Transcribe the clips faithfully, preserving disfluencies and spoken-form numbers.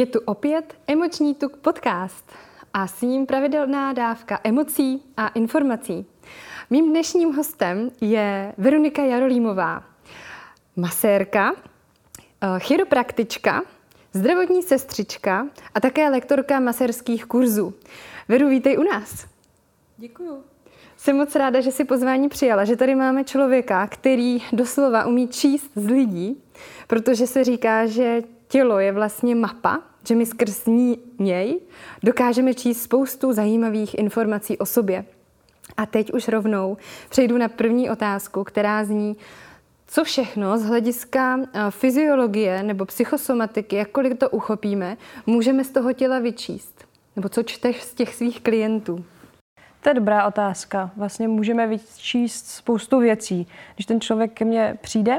Je tu opět Emoční tuk podcast a s ním pravidelná dávka emocí a informací. Mým dnešním hostem je Veronika Jarolímová, masérka, chiropraktička, zdravotní sestřička a také lektorka masérských kurzů. Veru, vítej u nás. Děkuju. Jsem moc ráda, že si pozvání přijala, že tady máme člověka, který doslova umí číst z lidí, protože se říká, že tělo je vlastně mapa, že my skrz ní něj dokážeme číst spoustu zajímavých informací o sobě. A teď už rovnou přejdu na první otázku, která zní, co všechno z hlediska fyziologie nebo psychosomatiky, jakkoliv to uchopíme, můžeme z toho těla vyčíst? Nebo co čteš z těch svých klientů? To je dobrá otázka. Vlastně můžeme vyčíst spoustu věcí. Když ten člověk ke mně přijde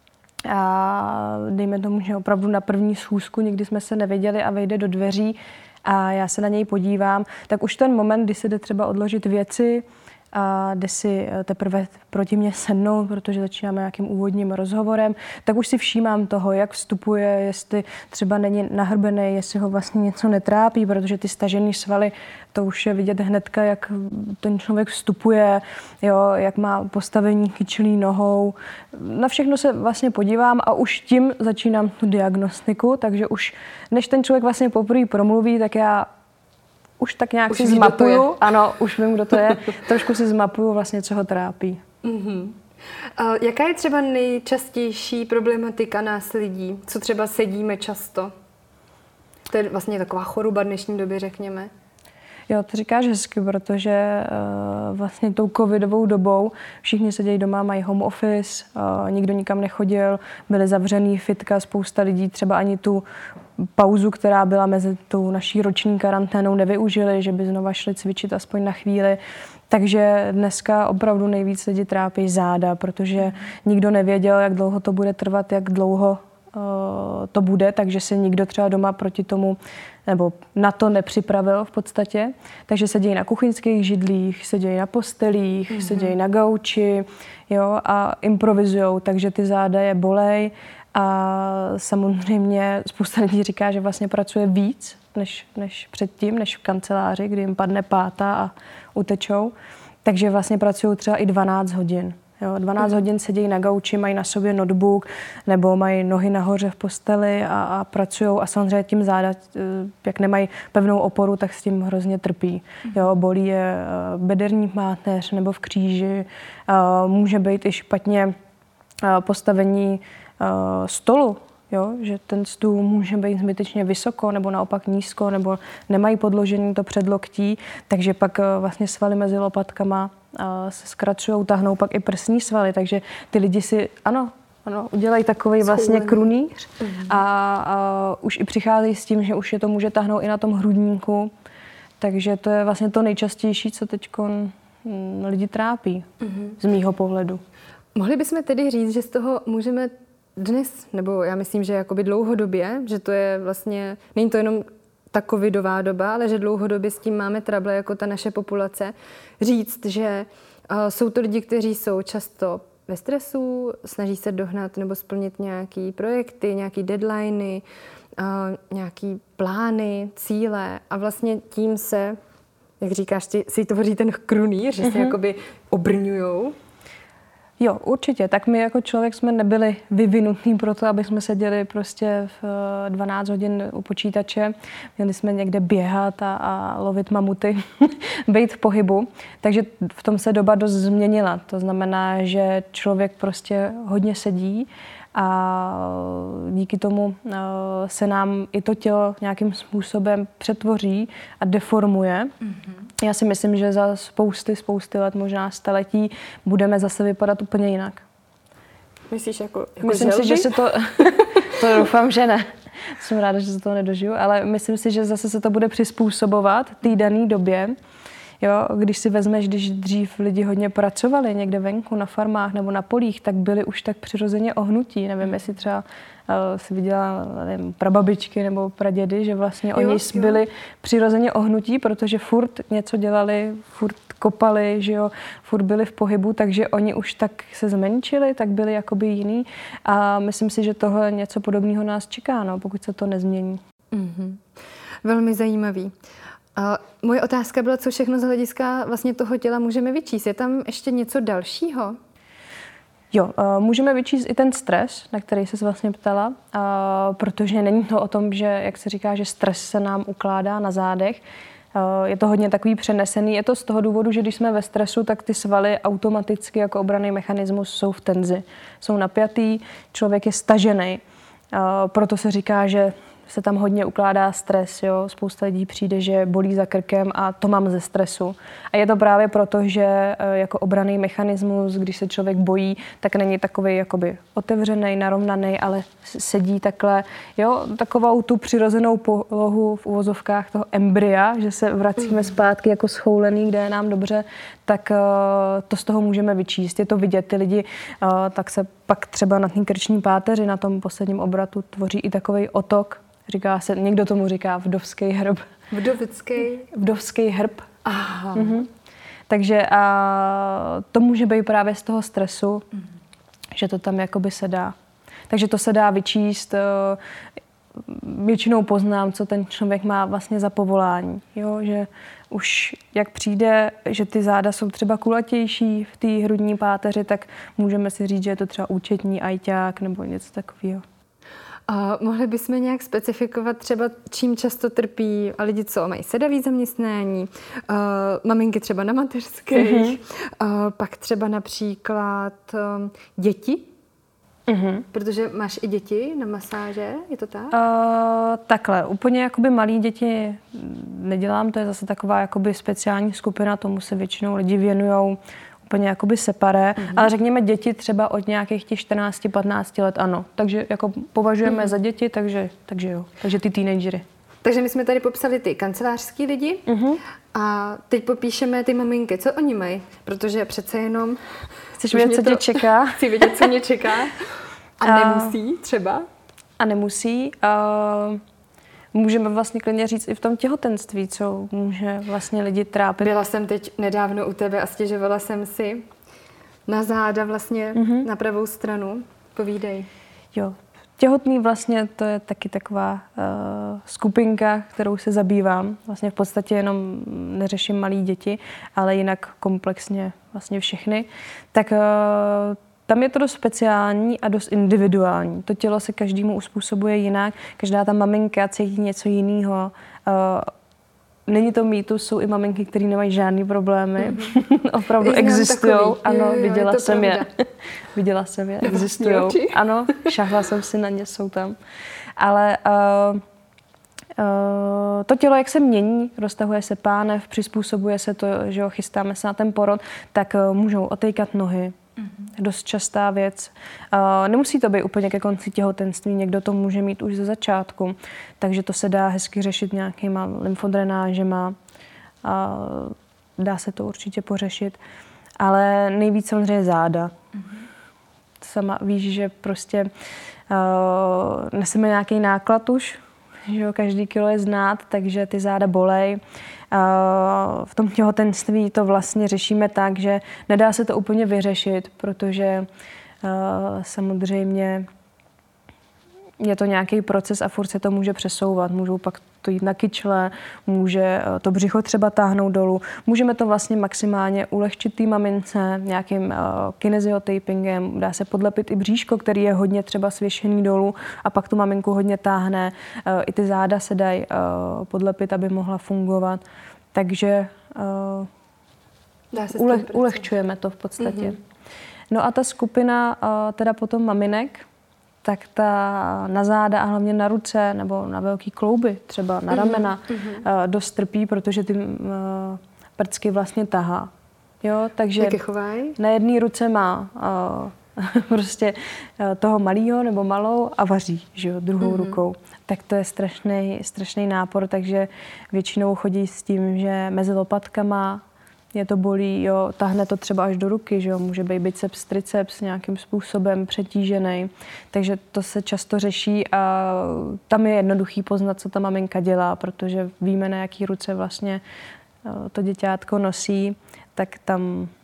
a dejme tomu, že opravdu na první schůzku, nikdy jsme se neviděli a vejde do dveří a já se na něj podívám, tak už ten moment, kdy se jde třeba odložit věci a jde si teprve proti mě sednout, protože začínáme nějakým úvodním rozhovorem, tak už si všímám toho, jak vstupuje, jestli třeba není nahrbený, jestli ho vlastně něco netrápí, protože ty stažené svaly, to už je vidět hnedka, jak ten člověk vstupuje, jo, jak má postavení kyčlí nohou. Na všechno se vlastně podívám a už tím začínám tu diagnostiku, takže už než ten člověk vlastně poprvé promluví, tak já už tak nějak už si zmapuju. Ano, už vím, kdo to je. Trošku si zmapuju vlastně, co ho trápí. Uh-huh. Uh, jaká je třeba nejčastější problematika nás lidí? Co třeba sedíme často? To je vlastně taková choroba dnešní doby, řekněme. Jo, to říkáš hezky, protože uh, vlastně tou covidovou dobou všichni sedějí doma, mají home office, uh, nikdo nikam nechodil, byly zavřený fitka, spousta lidí třeba ani tu pauzu, která byla mezi tou naší roční karanténou, nevyužili, že by znova šli cvičit aspoň na chvíli. Takže dneska opravdu nejvíc lidi trápí záda, protože nikdo nevěděl, jak dlouho to bude trvat, jak dlouho uh, to bude, takže se nikdo třeba doma proti tomu nebo na to nepřipravil v podstatě. Takže sedějí na kuchyňských židlích, sedějí na postelích, mm-hmm. sedějí na gauči, jo, a improvizujou, takže ty záda je bolej. A samozřejmě spousta lidí říká, že vlastně pracuje víc než, než předtím, než v kanceláři, kdy jim padne páta a utečou. Takže vlastně pracují třeba i dvanáct hodin. Jo, dvanáct mm. hodin sedějí na gauči, mají na sobě notebook nebo mají nohy nahoře v posteli a, a pracují. A samozřejmě tím záda, jak nemají pevnou oporu, tak s tím hrozně trpí. Mm. Jo, bolí je bederní páteř nebo v kříži. Může být i špatně postavení stolu, jo? Že ten stůl může být zbytečně vysoko nebo naopak nízko, nebo nemají podložený to předloktí, takže pak vlastně svaly mezi lopatkama se zkracují, tahnou pak i prsní svaly, takže ty lidi si, ano, ano udělají takový vlastně krunýř mm. a, a už i přicházejí s tím, že už je to může tahnout i na tom hrudníku, takže to je vlastně to nejčastější, co teďko lidi trápí mm. z mýho pohledu. Mohli bychom tedy říct, že z toho můžeme dnes, nebo já myslím, že jakoby dlouhodobě, že to je vlastně, není to jenom ta covidová doba, ale že dlouhodobě s tím máme trable jako ta naše populace, říct, že uh, jsou to lidi, kteří jsou často ve stresu, snaží se dohnat nebo splnit nějaký projekty, nějaký deadliny, uh, nějaký plány, cíle a vlastně tím se, jak říkáš, si tvoří ten krunýř, že se mm-hmm. jakoby obrňujou. Jo, určitě. Tak my jako člověk jsme nebyli vyvinutí pro to, aby jsme seděli prostě v dvanáct hodin u počítače. Měli jsme někde běhat a, a lovit mamuty, být v pohybu. Takže v tom se doba dost změnila. To znamená, že člověk prostě hodně sedí a díky tomu se nám i to tělo nějakým způsobem přetvoří a deformuje. Mm-hmm. Já si myslím, že za spousty, spousty let, možná staletí, budeme zase vypadat úplně jinak. Myslíš jako, jako Myslím želvy? si, že se to... to doufám, že ne. Jsem ráda, že se toho nedožiju, ale myslím si, že zase se to bude přizpůsobovat té dané době. Jo, když si vezmeš, když dřív lidi hodně pracovali někde venku na farmách nebo na polích, tak byli už tak přirozeně ohnutí. Nevím, jestli třeba uh, si viděla nevím, prababičky nebo pradědy, že vlastně jo, oni jo. byli přirozeně ohnutí, protože furt něco dělali, furt kopali, že jo, furt byli v pohybu, takže oni už tak se zmenšili, tak byli jakoby jiný. A myslím si, že tohle něco podobného nás čeká, no, pokud se to nezmění. Mm-hmm. Velmi zajímavý. Uh, moje otázka byla, co všechno z hlediska vlastně toho těla můžeme vyčíst. Je tam ještě něco dalšího? Jo, můžeme vyčíst i ten stres, na který se vlastně ptala, protože není to o tom, že, jak se říká, že stres se nám ukládá na zádech. Je to hodně takový přenesený. Je to z toho důvodu, že když jsme ve stresu, tak ty svaly automaticky jako obranný mechanismus jsou v tenzi. Jsou napjatý, člověk je stažený. Proto se říká, že se tam hodně ukládá stres. Jo? Spousta lidí přijde, že bolí za krkem a to mám ze stresu. A je to právě proto, že jako obranný mechanismus, když se člověk bojí, tak není takový jakoby otevřený, narovnaný, ale sedí takhle. Jo? Takovou tu přirozenou polohu v uvozovkách toho embrya, že se vracíme zpátky jako schoulený, kde je nám dobře, tak to z toho můžeme vyčíst. Je to vidět, ty lidi, tak se pak třeba na té krční páteři, na tom posledním obratu tvoří i takový otok. Říká se, někdo tomu říká vdovský hrb. Vdovický? Vdovský hrb. Aha. Mhm. Takže a to může být právě z toho stresu, mhm. že to tam jakoby se dá. Takže to se dá vyčíst. Většinou poznám, co ten člověk má vlastně za povolání. Jo, že už jak přijde, že ty záda jsou třeba kulatější v té hrudní páteři, tak můžeme si říct, že je to třeba účetní ajťák nebo něco takového. A mohli bychom nějak specifikovat třeba, čím často trpí a lidi, co mají sedavý zaměstnání, uh, maminky třeba na mateřských, mm-hmm. uh, pak třeba například um, děti, mm-hmm. protože máš i děti na masáže, je to tak? Uh, takhle, úplně jakoby malí děti nedělám, to je zase taková jakoby speciální skupina, tomu se většinou lidi věnujou úplně jakoby separé, mm-hmm. ale řekněme děti třeba od nějakých těch čtrnáct patnáct let, ano. Takže jako považujeme mm-hmm. za děti, takže, takže jo. Takže ty teenagery. Takže my jsme tady popsali ty kancelářský lidi mm-hmm. a teď popíšeme ty maminky. Co oni mají? Protože přece jenom... Chceš vědět, co to... tě čeká? Chci vědět, co mě čeká. A nemusí třeba? A nemusí. Uh... Můžeme vlastně klidně říct i v tom těhotenství, co může vlastně lidi trápit. Byla jsem teď nedávno u tebe a stěžovala jsem si na záda vlastně mm-hmm. na pravou stranu. Povídej. Jo, těhotný vlastně to je taky taková uh, skupinka, kterou se zabývám. Vlastně v podstatě jenom neřeším malí děti, ale jinak komplexně vlastně všechny. Tak uh, tam je to dost speciální a dost individuální. To tělo se každému uspůsobuje jinak. Každá ta maminka cítí něco jiného. Uh, není to mýtus, jsou i maminky, které nemají žádný problémy. Mm-hmm. Opravdu existují. Ano, jo, jo, viděla je jsem pravda. je. viděla jsem je, existují. Ano, šahla jsem si na ně, jsou tam. Ale uh, uh, to tělo, jak se mění, roztahuje se pánev, přizpůsobuje se to, že jo, chystáme se na ten porod, tak uh, můžou otejkat nohy. Mm-hmm. Dost častá věc. Uh, nemusí to být úplně ke konci těhotenství, někdo to může mít už ze začátku, takže to se dá hezky řešit nějakýma lymfodrenážema. Uh, dá se to určitě pořešit, ale nejvíc samozřejmě záda. Mm-hmm. Sama víš, že prostě uh, neseme nějaký náklad už, že jo, každý kilo je znát, takže ty záda bolej. V tom těhotenství to vlastně řešíme tak, že nedá se to úplně vyřešit, protože samozřejmě je to nějaký proces a furt se to může přesouvat. Můžou pak to jít na kyčle, může to břicho třeba táhnout dolů. Můžeme to vlastně maximálně ulehčit té mamince nějakým uh, kinesiotapingem. Dá se podlepit i bříško, který je hodně třeba svěšený dolů a pak tu maminku hodně táhne. Uh, I ty záda se dají uh, podlepit, aby mohla fungovat. Takže uh, Dá se ule- ulehčujeme to v podstatě. Mm-hmm. No a ta skupina uh, teda potom maminek, tak ta na záda a hlavně na ruce nebo na velký klouby, třeba na ramena, mm-hmm. dost trpí, protože ty uh, prcky vlastně tahá. Jo, takže jak je chovají? Na jedné ruce má uh, prostě uh, toho malýho nebo malou a vaří, že jo, druhou mm-hmm. rukou. Tak to je strašný, strašný nápor, takže většinou chodí s tím, že mezi lopatkama je to bolí, jo, tahne to třeba až do ruky, že jo, může být biceps, triceps nějakým způsobem přetížený, takže to se často řeší a tam je jednoduchý poznat, co ta maminka dělá, protože víme, na jaký ruce vlastně to děťátko nosí, tak tam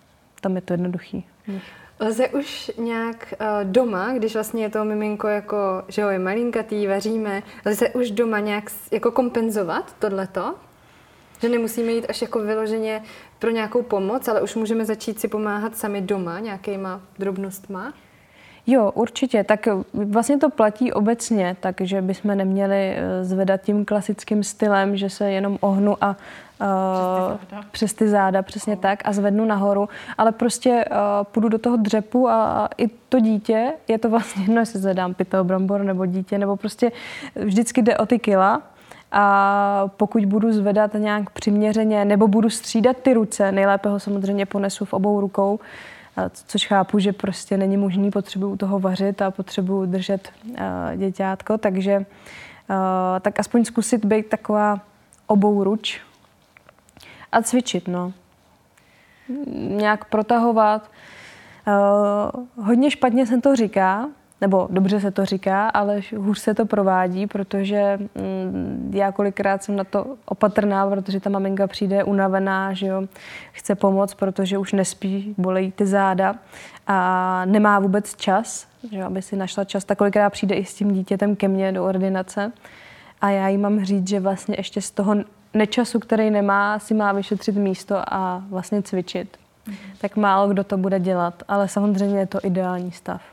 tam je to jednoduchý. Lze už nějak uh, doma, když vlastně je to miminko jako, že jo, je malinkatý, vaříme, lze už doma nějak jako kompenzovat tohleto? Že nemusíme jít až jako vyloženě pro nějakou pomoc, ale už můžeme začít si pomáhat sami doma nějakýma drobnostma? Jo, určitě. Tak vlastně to platí obecně, takže bychom neměli zvedat tím klasickým stylem, že se jenom ohnu a uh, přes, ty přes ty záda, přesně oh. tak, a zvednu nahoru, ale prostě uh, půjdu do toho dřepu a, a i to dítě, je to vlastně jedno, jestli zvedám pytel, brambor nebo dítě, nebo prostě vždycky jde o ty kila. A pokud budu zvedat nějak přiměřeně, nebo budu střídat ty ruce, nejlépe ho samozřejmě ponesu v obou rukou, což chápu, že prostě není možný, potřebuju toho vařit a potřebuju držet uh, děťátko, takže uh, tak aspoň zkusit být taková obouruč a cvičit, no. Nějak protahovat. Uh, hodně špatně se to říká, nebo dobře se to říká, ale hůř se to provádí, protože mm, já kolikrát jsem na to opatrná, protože ta maminka přijde unavená, že jo, chce pomoct, protože už nespí, bolejí ty záda a nemá vůbec čas, že jo, aby si našla čas. Tak kolikrát přijde i s tím dítětem ke mně do ordinace a já jí mám říct, že vlastně ještě z toho nečasu, který nemá, si má vyšetřit místo a vlastně cvičit. Mhm. Tak málo kdo to bude dělat, ale samozřejmě je to ideální stav.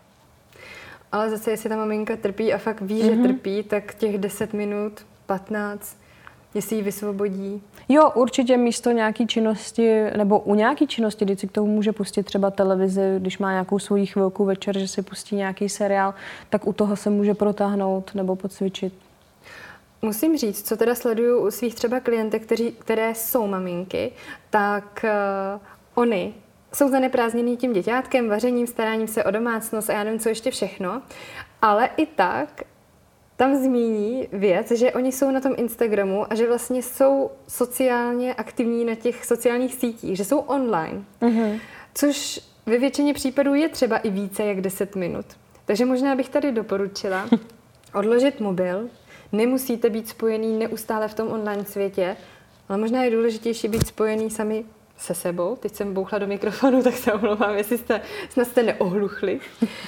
Ale zase, jestli ta maminka trpí a fakt ví, mm-hmm. že trpí, tak těch deset minut, patnáct, jestli ji vysvobodí. Jo, určitě místo nějaký činnosti, nebo u nějaký činnosti, když si k tomu může pustit třeba televizi, když má nějakou svoji chvilku večer, že si pustí nějaký seriál, tak u toho se může protáhnout nebo pocvičit. Musím říct, co teda sleduju u svých třeba klientek, kteří, které jsou maminky, tak uh, oni jsou zaneprázdněný tím děťátkem, vařením, staráním se o domácnost a já nevím, co ještě všechno, ale i tak tam zmíní věc, že oni jsou na tom Instagramu a že vlastně jsou sociálně aktivní na těch sociálních sítích, že jsou online, mm-hmm. což ve většině případů je třeba i více jak deset minut. Takže možná bych tady doporučila odložit mobil, nemusíte být spojený neustále v tom online světě, ale možná je důležitější být spojený sami se sebou. Teď jsem bouchla do mikrofonu, tak se omlouvám, jestli jste, snad jste neohluchli.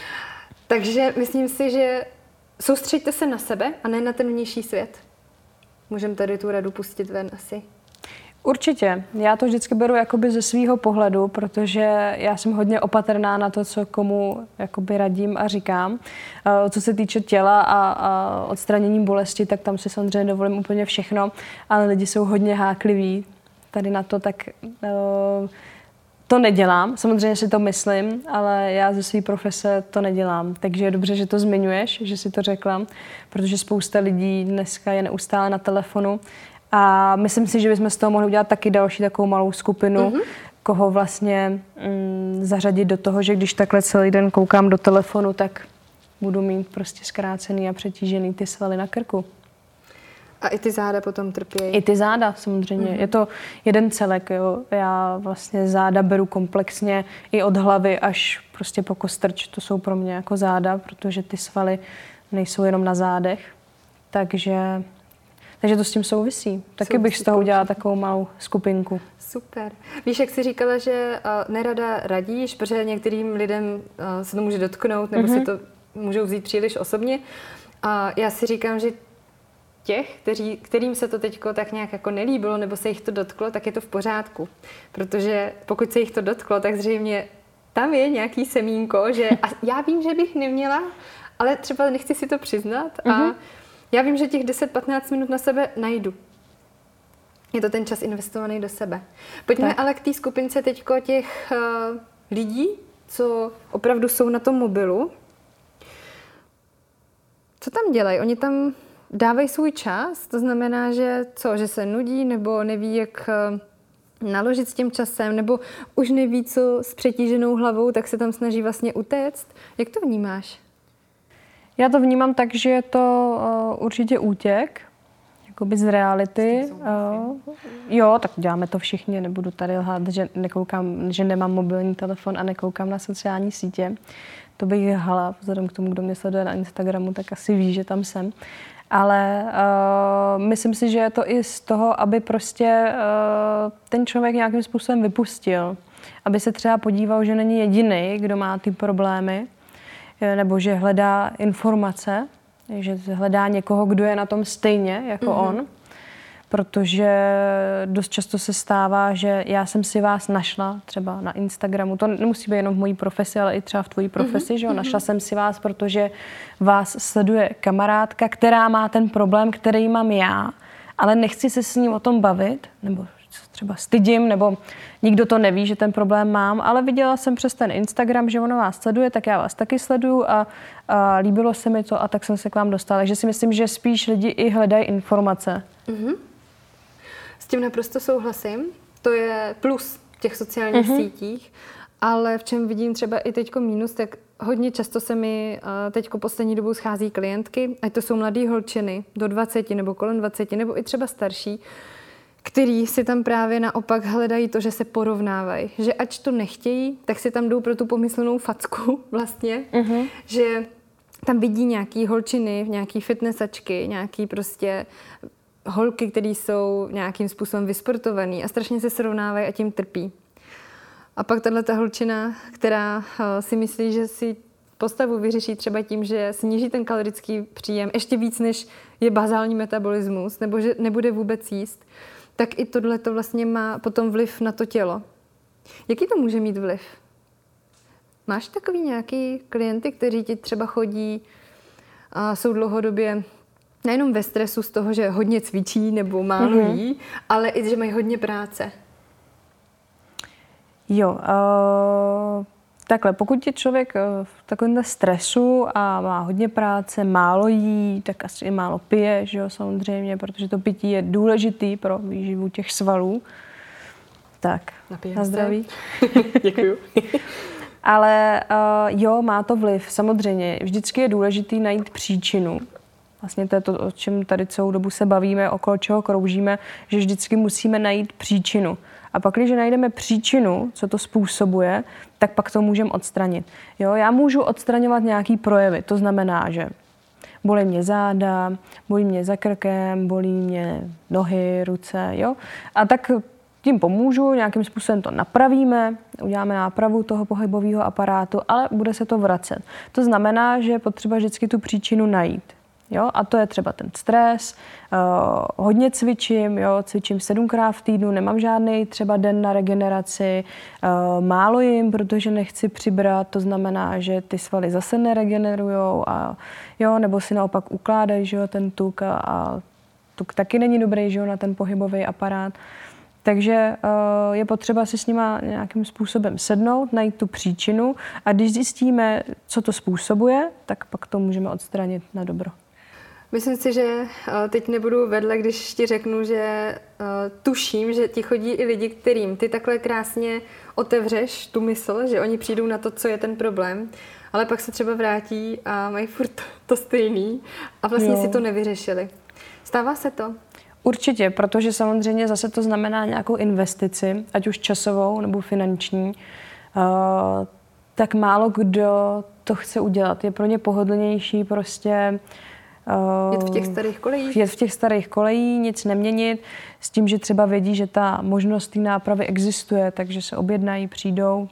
Takže myslím si, že soustřeďte se na sebe a ne na ten vnější svět. Můžeme tady tu radu pustit ven asi. Určitě. Já to vždycky beru jakoby ze svýho pohledu, protože já jsem hodně opatrná na to, co komu jakoby radím a říkám. Co se týče těla a, a odstranění bolesti, tak tam si samozřejmě dovolím úplně všechno, ale lidi jsou hodně hákliví tady na to, tak uh, to nedělám. Samozřejmě si to myslím, ale já ze své profese to nedělám. Takže je dobře, že to zmiňuješ, že si to řekla, protože spousta lidí dneska je neustále na telefonu a myslím si, že bychom z toho mohli udělat taky další takovou malou skupinu, mm-hmm. koho vlastně mm, zařadit do toho, že když takhle celý den koukám do telefonu, tak budu mít prostě zkrácený a přetížený ty svaly na krku. A i ty záda potom trpí. I ty záda, samozřejmě. Mm-hmm. Je to jeden celek, jo. Já vlastně záda beru komplexně i od hlavy až prostě po kostrč. To jsou pro mě jako záda, protože ty svaly nejsou jenom na zádech. Takže, takže to s tím souvisí. Taky bych z toho udělala takovou malou skupinku. Super. Víš, jak jsi říkala, že uh, nerada radíš, protože některým lidem uh, se to může dotknout, nebo mm-hmm. si to můžou vzít příliš osobně. A já si říkám, že těch, kteří, kterým se to teďko tak nějak jako nelíbilo nebo se jich to dotklo, tak je to v pořádku. Protože pokud se jich to dotklo, tak zřejmě tam je nějaký semínko, že a já vím, že bych neměla, ale třeba nechci si to přiznat a mm-hmm. já vím, že těch deset patnáct minut na sebe najdu. Je to ten čas investovaný do sebe. Pojďme tak. ale k té skupince teďko těch uh, lidí, co opravdu jsou na tom mobilu. Co tam dělají? Oni tam dávají svůj čas, to znamená, že co, že se nudí nebo neví, jak naložit s tím časem, nebo už neví, co s přetíženou hlavou, tak se tam snaží vlastně utéct. Jak to vnímáš? Já to vnímám tak, že je to uh, určitě útěk, jakoby z reality. Uh, jo, tak děláme to všichni, nebudu tady lhát, že nekoukám, že nemám mobilní telefon a nekoukám na sociální sítě. To bych lhala, vzhledem k tomu, kdo mě sleduje na Instagramu, tak asi ví, že tam jsem. Ale uh, myslím si, že je to i z toho, aby prostě uh, ten člověk nějakým způsobem vypustil. aby se třeba podíval, že není jediný, kdo má ty problémy, nebo že hledá informace, že hledá někoho, kdo je na tom stejně jako mm-hmm. on. Protože dost často se stává, že já jsem si vás našla třeba na Instagramu, to nemusí být jenom v mojí profesi, ale i třeba v tvojí profesi, mm-hmm. že jo? Našla jsem si vás, protože vás sleduje kamarádka, která má ten problém, který mám já, ale nechci se s ním o tom bavit, nebo třeba stydím, nebo nikdo to neví, že ten problém mám, ale viděla jsem přes ten Instagram, že ono vás sleduje, tak já vás taky sleduju a, a líbilo se mi to a tak jsem se k vám dostala. Takže si myslím, že spíš lidi i hledají informace. Mm-hmm. S tím naprosto souhlasím. To je plus těch sociálních mm-hmm. sítích, ale v čem vidím třeba i teďko mínus, tak hodně často se mi teďko poslední dobou schází klientky, ať to jsou mladý holčiny do dvaceti nebo kolem dvaceti, nebo i třeba starší, který si tam právě naopak hledají to, že se porovnávají. Že ač to nechtějí, tak si tam jdou pro tu pomyslnou facku vlastně, mm-hmm. že tam vidí nějaký holčiny, nějaký fitnessačky, nějaký prostě holky, které jsou nějakým způsobem vysportovaný a strašně se srovnávají a tím trpí. A pak tato holčina, která si myslí, že si postavu vyřeší třeba tím, že sníží ten kalorický příjem ještě víc, než je bazální metabolismus, nebo že nebude vůbec jíst, tak i tohle to vlastně má potom vliv na to tělo. Jaký to může mít vliv? Máš takový nějaký klienty, kteří ti třeba chodí a jsou dlouhodobě nejenom ve stresu z toho, že hodně cvičí nebo málo mm-hmm. jí, ale i, že mají hodně práce? Jo, uh, takhle, pokud je člověk v takovémhle stresu a má hodně práce, málo jí, tak asi i málo pije, že jo, samozřejmě, protože to pití je důležitý pro výživu těch svalů. Tak, Napijem na zdraví. Děkuju. Ale uh, jo, má to vliv, samozřejmě. Vždycky je důležitý najít příčinu. Vlastně to je to, o čem tady celou dobu se bavíme, okolo čeho kroužíme, že vždycky musíme najít příčinu. A pak, když najdeme příčinu, co to způsobuje, tak pak to můžeme odstranit. Jo, já můžu odstraňovat nějaký projevy, to znamená, že bolí mě záda, bolí mě za krkem, bolí mě nohy, ruce, jo. A tak tím pomůžu, nějakým způsobem to napravíme, uděláme nápravu toho pohybového aparátu, ale bude se to vracet. To znamená, že je potřeba vždycky tu příčinu najít. Jo, a to je třeba ten stres, uh, hodně cvičím, jo, cvičím sedmkrát v týdnu, nemám žádný třeba den na regeneraci, uh, málo jim, protože nechci přibrat, to znamená, že ty svaly zase neregenerujou a jo, nebo si naopak ukládají, že jo, ten tuk a, a tuk taky není dobrý, že jo, na ten pohybový aparát. Takže uh, je potřeba si s nima nějakým způsobem sednout, najít tu příčinu a když zjistíme, co to způsobuje, tak pak to můžeme odstranit na dobro. Myslím si, že teď nebudu vedle, když ti řeknu, že tuším, že ti chodí i lidi, kterým ty takhle krásně otevřeš tu mysl, že oni přijdou na to, co je ten problém, ale pak se třeba vrátí a mají furt to stejný a vlastně jo. si to nevyřešili. Stává se to? Určitě, protože samozřejmě zase to znamená nějakou investici, ať už časovou nebo finanční, tak málo kdo to chce udělat. Je pro ně pohodlnější prostě jet v těch starých kolejích? Jet v těch starých kolejích, nic neměnit, s tím, že třeba vědí, že ta možnost té nápravy existuje, takže se objednají, přijdou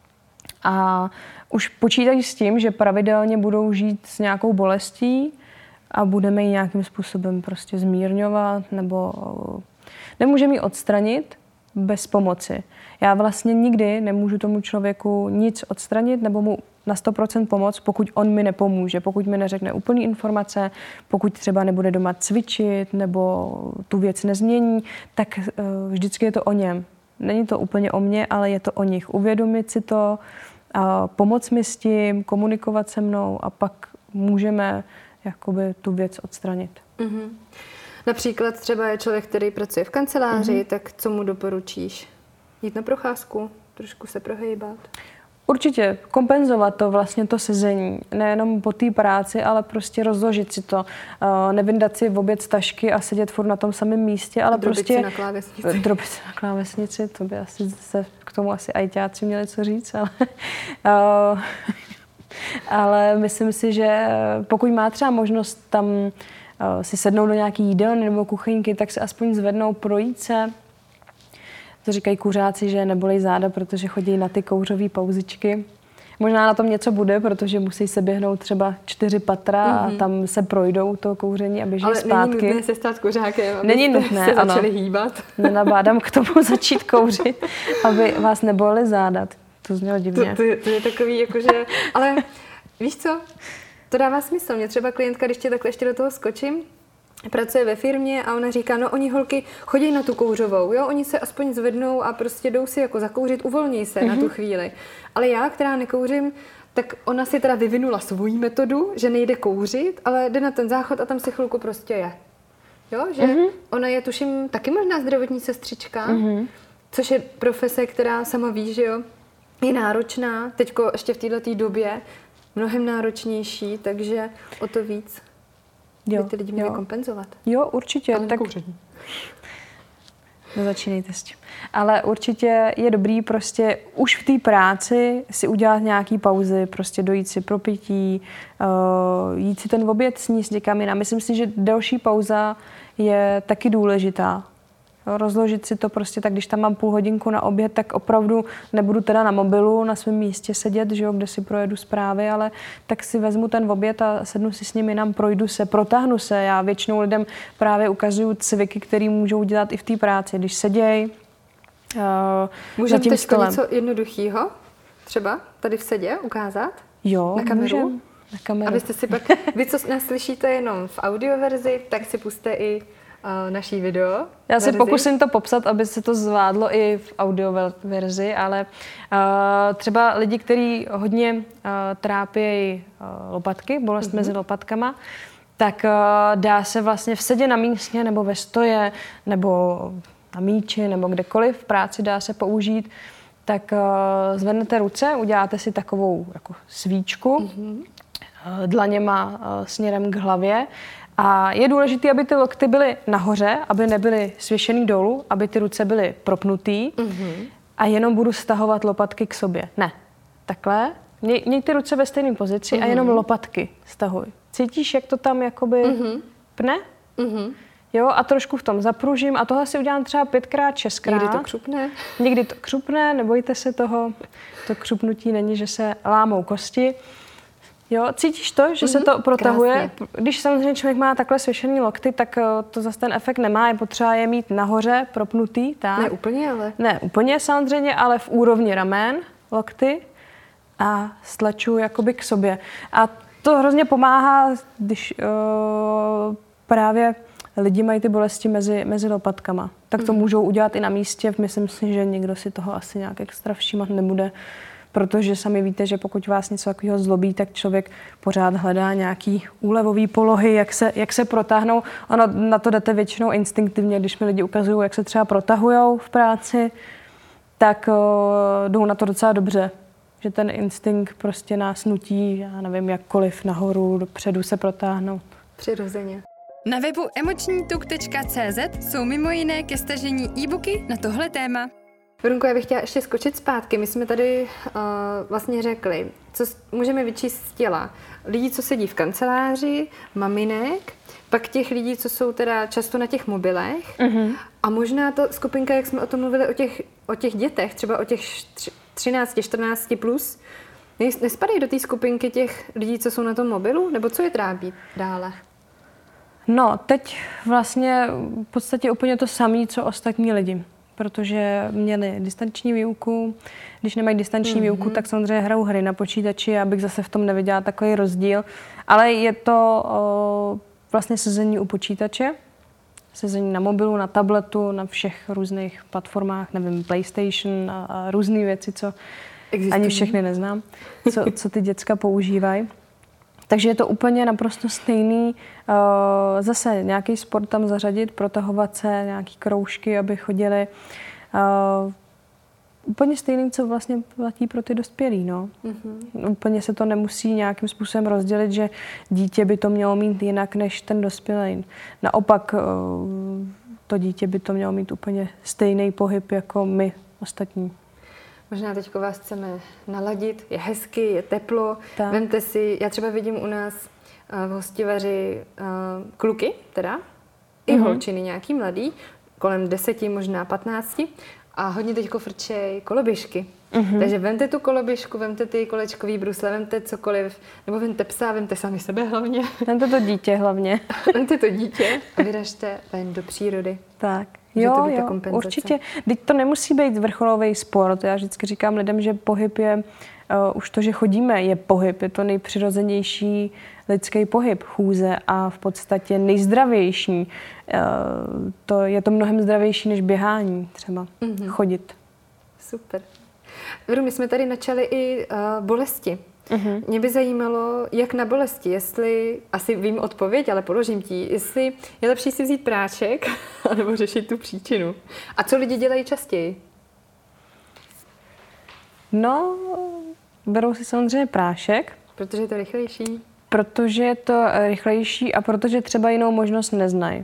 a už počítají s tím, že pravidelně budou žít s nějakou bolestí a budeme ji nějakým způsobem prostě zmírňovat nebo nemůžeme ji odstranit bez pomoci. Já vlastně nikdy nemůžu tomu člověku nic odstranit nebo mu na sto procent pomoct, pokud on mi nepomůže, pokud mi neřekne úplný informace, pokud třeba nebude doma cvičit nebo tu věc nezmění, tak uh, vždycky je to o něm. Není to úplně o mně, ale je to o nich. Uvědomit si to, uh, pomoct mi s tím, komunikovat se mnou a pak můžeme jakoby tu věc odstranit. Mm-hmm. Například třeba je člověk, který pracuje v kanceláři, mm-hmm. tak co mu doporučíš? Jít na procházku, trošku se prohejbat? Určitě kompenzovat to vlastně to sezení, nejenom po té práci, ale prostě rozložit si to, uh, nevyndat si v oběd z tašky a sedět furt na tom samém místě, ale drobit prostě si na klávesnici. Drobit si na klávesnici, to by asi se k tomu asi ajťáci měli co říct, ale, uh, ale myslím si, že pokud má třeba možnost tam uh, si sednout do nějaký jídelny nebo kuchyňky, tak se aspoň zvednou, projít se, To říkají kuřáci, že nebolej záda, protože chodí na ty kouřové pauzičky. Možná na tom něco bude, protože musí se běhnout třeba čtyři patra mm-hmm. a tam se projdou to kouření a běží ale zpátky. Ale není nutné se stát kuřákem, není nutné, se ano. začali hýbat. Nenabádám k tomu začít kouřit, aby vás nebolely záda. To znělo divně. To, to, to je takový, jakože... Ale víš co? To dává smysl. Mě třeba klientka, když tě takhle ještě do toho skočím, pracuje ve firmě a ona říká, no oni holky chodí na tu kouřovou, jo, oni se aspoň zvednou a prostě jdou si jako zakouřit, uvolní se mm-hmm. na tu chvíli. Ale já, která nekouřím, tak ona si teda vyvinula svoji metodu, že nejde kouřit, ale jde na ten záchod a tam si chvilku prostě je. Jo, že mm-hmm. ona je, tuším, taky možná zdravotní sestřička, mm-hmm. což je profese, která sama ví, že jo, je náročná, teďko ještě v této době, mnohem náročnější, takže o to víc. Jo, by ty lidi měli jo. kompenzovat. Jo, určitě. Ale tak nezačínejte s tím. Ale určitě je dobrý prostě už v té práci si udělat nějaký pauzy, prostě dojít si pro pití, uh, jít si ten oběd sníst někam jinam. Myslím si, že delší pauza je taky důležitá. Rozložit si to prostě tak, když tam mám půl hodinku na oběd, tak opravdu nebudu teda na mobilu na svém místě sedět, že jo, kde si projedu zprávy, ale tak si vezmu ten oběd a sednu si s ním jinam, projdu se, protáhnu se. Já většinou lidem právě ukazuju cviky, které můžou dělat i v té práci, když seděj uh, Můžeme teď něco jednoduchého třeba tady v sedě ukázat? Jo, na kameru? Můžem. Na kameru. Abyste si pak, vy co nás slyšíte jenom v audioverzi, tak si puste i naší video. Já se verzi. Pokusím to popsat, aby se to zvládlo i v audio verzi, ale uh, třeba lidi, kteří hodně uh, trápějí uh, lopatky, bolest mm-hmm. mezi lopatkama, tak uh, dá se vlastně v sedě na místě nebo ve stoje nebo na míči nebo kdekoliv v práci dá se použít, tak uh, zvednete ruce, uděláte si takovou jako svíčku mm-hmm. uh, dlaněma uh, směrem k hlavě. A je důležité, aby ty lokty byly nahoře, aby nebyly svěšený dolů, aby ty ruce byly propnutý mm-hmm. a jenom budu stahovat lopatky k sobě. Ne, takhle. Měj, měj ty ruce ve stejné pozici mm-hmm. a jenom lopatky stahuj. Cítíš, jak to tam jakoby mm-hmm. pne? Mm-hmm. Jo, a trošku v tom zapružím a tohle si udělám třeba pětkrát, šestkrát. Někdy to křupne. Někdy to křupne, nebojte se toho. To křupnutí není, že se lámou kosti. Jo, cítíš to, že mm-hmm. se to protahuje? Krásně. Když samozřejmě člověk má takhle svěšený lokty, tak to zase ten efekt nemá. Je potřeba je mít nahoře, propnutý. Tak. Ne úplně, ale... Ne úplně samozřejmě, ale v úrovni ramen, lokty a stlačuji jakoby k sobě. A to hrozně pomáhá, když uh, právě lidi mají ty bolesti mezi, mezi lopatkama. Tak to mm-hmm. můžou udělat i na místě. Myslím si, že někdo si toho asi nějak extra všímat nebude. Protože sami víte, že pokud vás něco takového zlobí, tak člověk pořád hledá nějaký úlevový polohy, jak se, jak se protáhnou. Ono na to jdete většinou instinktivně, když mi lidi ukazují, jak se třeba protahujou v práci, tak o, jdou na to docela dobře. Že ten instinkt prostě nás nutí, já nevím, jakkoliv nahoru, dopředu se protáhnout. Přirozeně. Na webu emoční tuk tečka cé zet jsou mimo jiné ke stažení e-booky na tohle téma. Verunko, já bych chtěla ještě skočit zpátky. My jsme tady uh, vlastně řekli, co můžeme vyčíst z těla. Lidí, co sedí v kanceláři, maminek, pak těch lidí, co jsou teda často na těch mobilech mm-hmm. a možná to skupinka, jak jsme o tom mluvili, o těch, o těch dětech, třeba o těch třináct čtrnáct plus, nespadají do té skupinky těch lidí, co jsou na tom mobilu? Nebo co je trápí dále? No, teď vlastně v podstatě úplně to samé, co ostatní lidi. Protože měli distanční výuku. Když nemají distanční mm-hmm. výuku, tak samozřejmě hrajou hry na počítači, abych zase v tom neviděla takový rozdíl. Ale je to o, vlastně sezení u počítače, sezení na mobilu, na tabletu, na všech různých platformách, nevím, PlayStation a, a různé věci, co existují. Ani všechny neznám, co, co ty děcka používají. Takže je to úplně naprosto stejný. Zase nějaký sport tam zařadit, protahovat se, nějaký kroužky, aby chodili. Úplně stejný, co vlastně platí pro ty dospělí. No. Mm-hmm. Úplně se to nemusí nějakým způsobem rozdělit, že dítě by to mělo mít jinak než ten dospělý. Naopak to dítě by to mělo mít úplně stejný pohyb jako my ostatní. Možná teď vás chceme naladit, je hezky, je teplo. Tak. Vemte si, já třeba vidím u nás uh, v hostivaři uh, kluky, teda, i mm-hmm. holčiny nějaký mladý, kolem deseti, možná patnácti. a hodně teďko frčej koloběžky. Mm-hmm. Takže vemte tu koloběžku, vemte ty kolečkový brusle, vemte cokoliv, nebo vemte psa, vemte sami sebe hlavně. Vemte to dítě hlavně. Vemte to dítě a vyražte ven do přírody. Tak. Může jo, to být jo, ta kompenzace. určitě. Teď to nemusí být vrcholový sport. Já vždycky říkám lidem, že pohyb je, uh, už to, že chodíme, je pohyb. Je to nejpřirozenější lidský pohyb, chůze a v podstatě nejzdravější. Uh, to, je to mnohem zdravější než běhání třeba, mm-hmm. chodit. Super. Veru, my jsme tady načali i uh, bolesti. Uh-huh. Mě by zajímalo, jak na bolesti, jestli, asi vím odpověď, ale položím ti, jestli je lepší si vzít prášek, anebo řešit tu příčinu. A co lidi dělají častěji? No, berou si samozřejmě prášek. Protože je to rychlejší. Protože je to rychlejší a protože třeba jinou možnost neznají.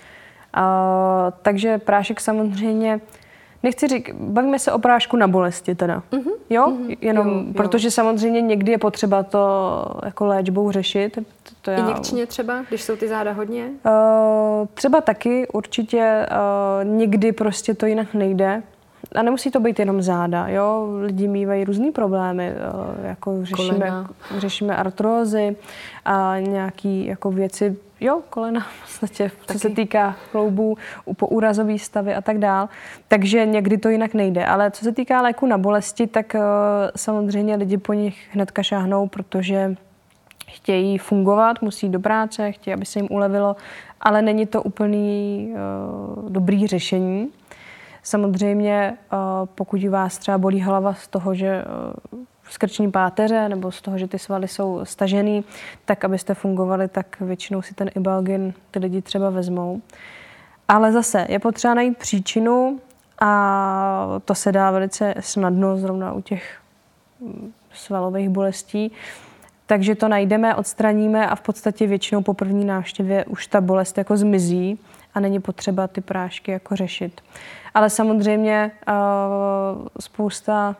Uh, takže prášek samozřejmě... Nechci říct, bavíme se o prášku na bolesti teda. Uh-huh. Jo? Uh-huh. Jenom, jo, jo. Protože samozřejmě někdy je potřeba to jako léčbou řešit. To, to já... Injekčně třeba, když jsou ty záda hodně? Uh, třeba taky, určitě. Uh, někdy prostě to jinak nejde. A nemusí to být jenom záda, jo? Lidi mývají různý problémy, uh, jako řešíme, řešíme artrózy a nějaký jako věci, jo, kolena v podstatě, co se týká kloubů, poúrazový stavy a tak dál. Takže někdy to jinak nejde. Ale co se týká léku na bolesti, tak uh, samozřejmě lidi po nich hnedka šáhnou, protože chtějí fungovat, musí do práce, chtějí, aby se jim ulevilo, ale není to úplný uh, dobrý řešení. Samozřejmě, pokud vás třeba bolí hlava z toho, že z krční páteře nebo z toho, že ty svaly jsou stažený, tak abyste fungovali, tak většinou si ten Ibalgin ty lidi třeba vezmou. Ale zase je potřeba najít příčinu a to se dá velice snadno zrovna u těch svalových bolestí. Takže to najdeme, odstraníme a v podstatě většinou po první návštěvě už ta bolest jako zmizí a není potřeba ty prášky jako řešit. Ale samozřejmě uh, spousta,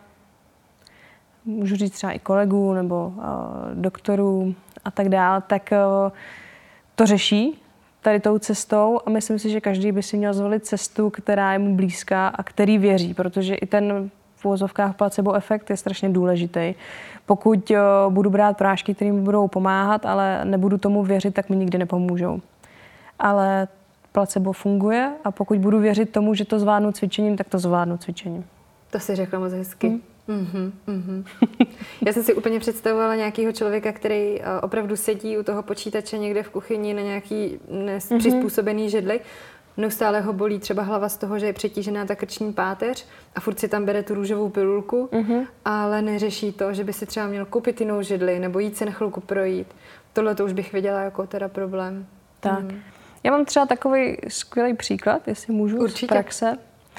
můžu říct třeba i kolegů nebo uh, doktorů a tak dále, tak uh, to řeší tady tou cestou a myslím si, že každý by si měl zvolit cestu, která je mu blízká a který věří, protože i ten v uvozovkách placebo efekt je strašně důležitý. Pokud uh, budu brát prášky, které mi budou pomáhat, ale nebudu tomu věřit, tak mi nikdy nepomůžou. Ale placebo funguje a pokud budu věřit tomu, že to zvládnu cvičením, tak to zvládnu cvičením. To si řekla moc hezky. Hmm. Mm-hmm, mm-hmm. Já jsem si úplně představovala nějakého člověka, který opravdu sedí u toho počítače někde v kuchyni na nějaký nepřizpůsobený mm-hmm. židli. Neustále ho bolí třeba hlava z toho, že je přetížená ta krční páteř a furt si tam bere tu růžovou pilulku, mm-hmm. ale neřeší to, že by si třeba měl koupit jinou židli nebo jít se na chvilku projít. Tohle to už bych viděla jako teda problém. Tak. Mm. Já mám třeba takový skvělý příklad, jestli můžu, Určitě. Z praxe.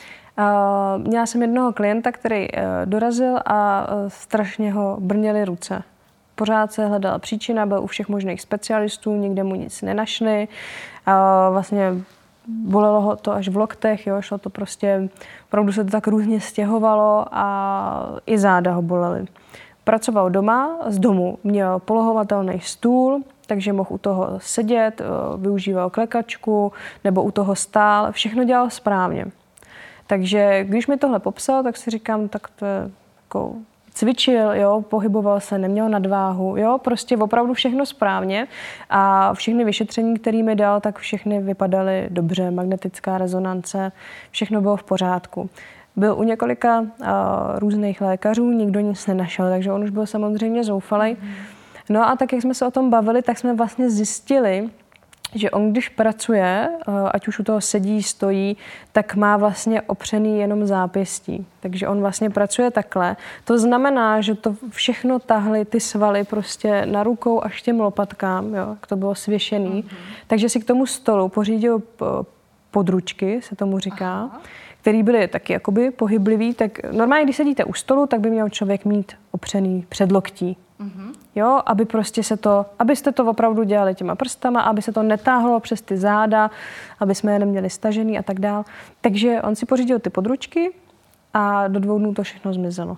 Uh, měla jsem jednoho klienta, který uh, dorazil a uh, strašně ho brněly ruce. Pořád se hledala příčina, byl u všech možných specialistů, nikde mu nic nenašli. Uh, vlastně bolelo ho to až v loktech, jo, šlo to prostě, opravdu se to tak různě stěhovalo a i záda ho bolely. Pracoval doma, z domu měl polohovatelný stůl, takže mohl u toho sedět, využíval klekačku nebo u toho stál, všechno dělal správně. Takže když mi tohle popsal, tak si říkám, tak to je jako cvičil, jo, pohyboval se, neměl nadváhu, jo, prostě opravdu všechno správně a všechny vyšetření, které mi dal, tak všechny vypadaly dobře, magnetická rezonance, všechno bylo v pořádku. Byl u několika uh, různých lékařů, nikdo nic nenašel, takže on už byl samozřejmě zoufalý. Mm. No a tak, jak jsme se o tom bavili, tak jsme vlastně zjistili, že on, když pracuje, ať už u toho sedí, stojí, tak má vlastně opřený jenom zápěstí. Takže on vlastně pracuje takhle. To znamená, že to všechno tahly ty svaly prostě na rukou až těm lopatkám, jo, jak to bylo svěšený. Mm-hmm. Takže si k tomu stolu pořídil područky, se tomu říká, aha, který byly taky jakoby pohyblivý. Tak normálně, když sedíte u stolu, tak by měl člověk mít opřený předloktí. Mm-hmm. Jo, aby prostě se to, abyste to opravdu dělali těma prstama, aby se to netáhlo přes ty záda, aby jsme je neměli stažený a tak dál. Takže on si pořídil ty područky a do dvou dnů to všechno zmizelo.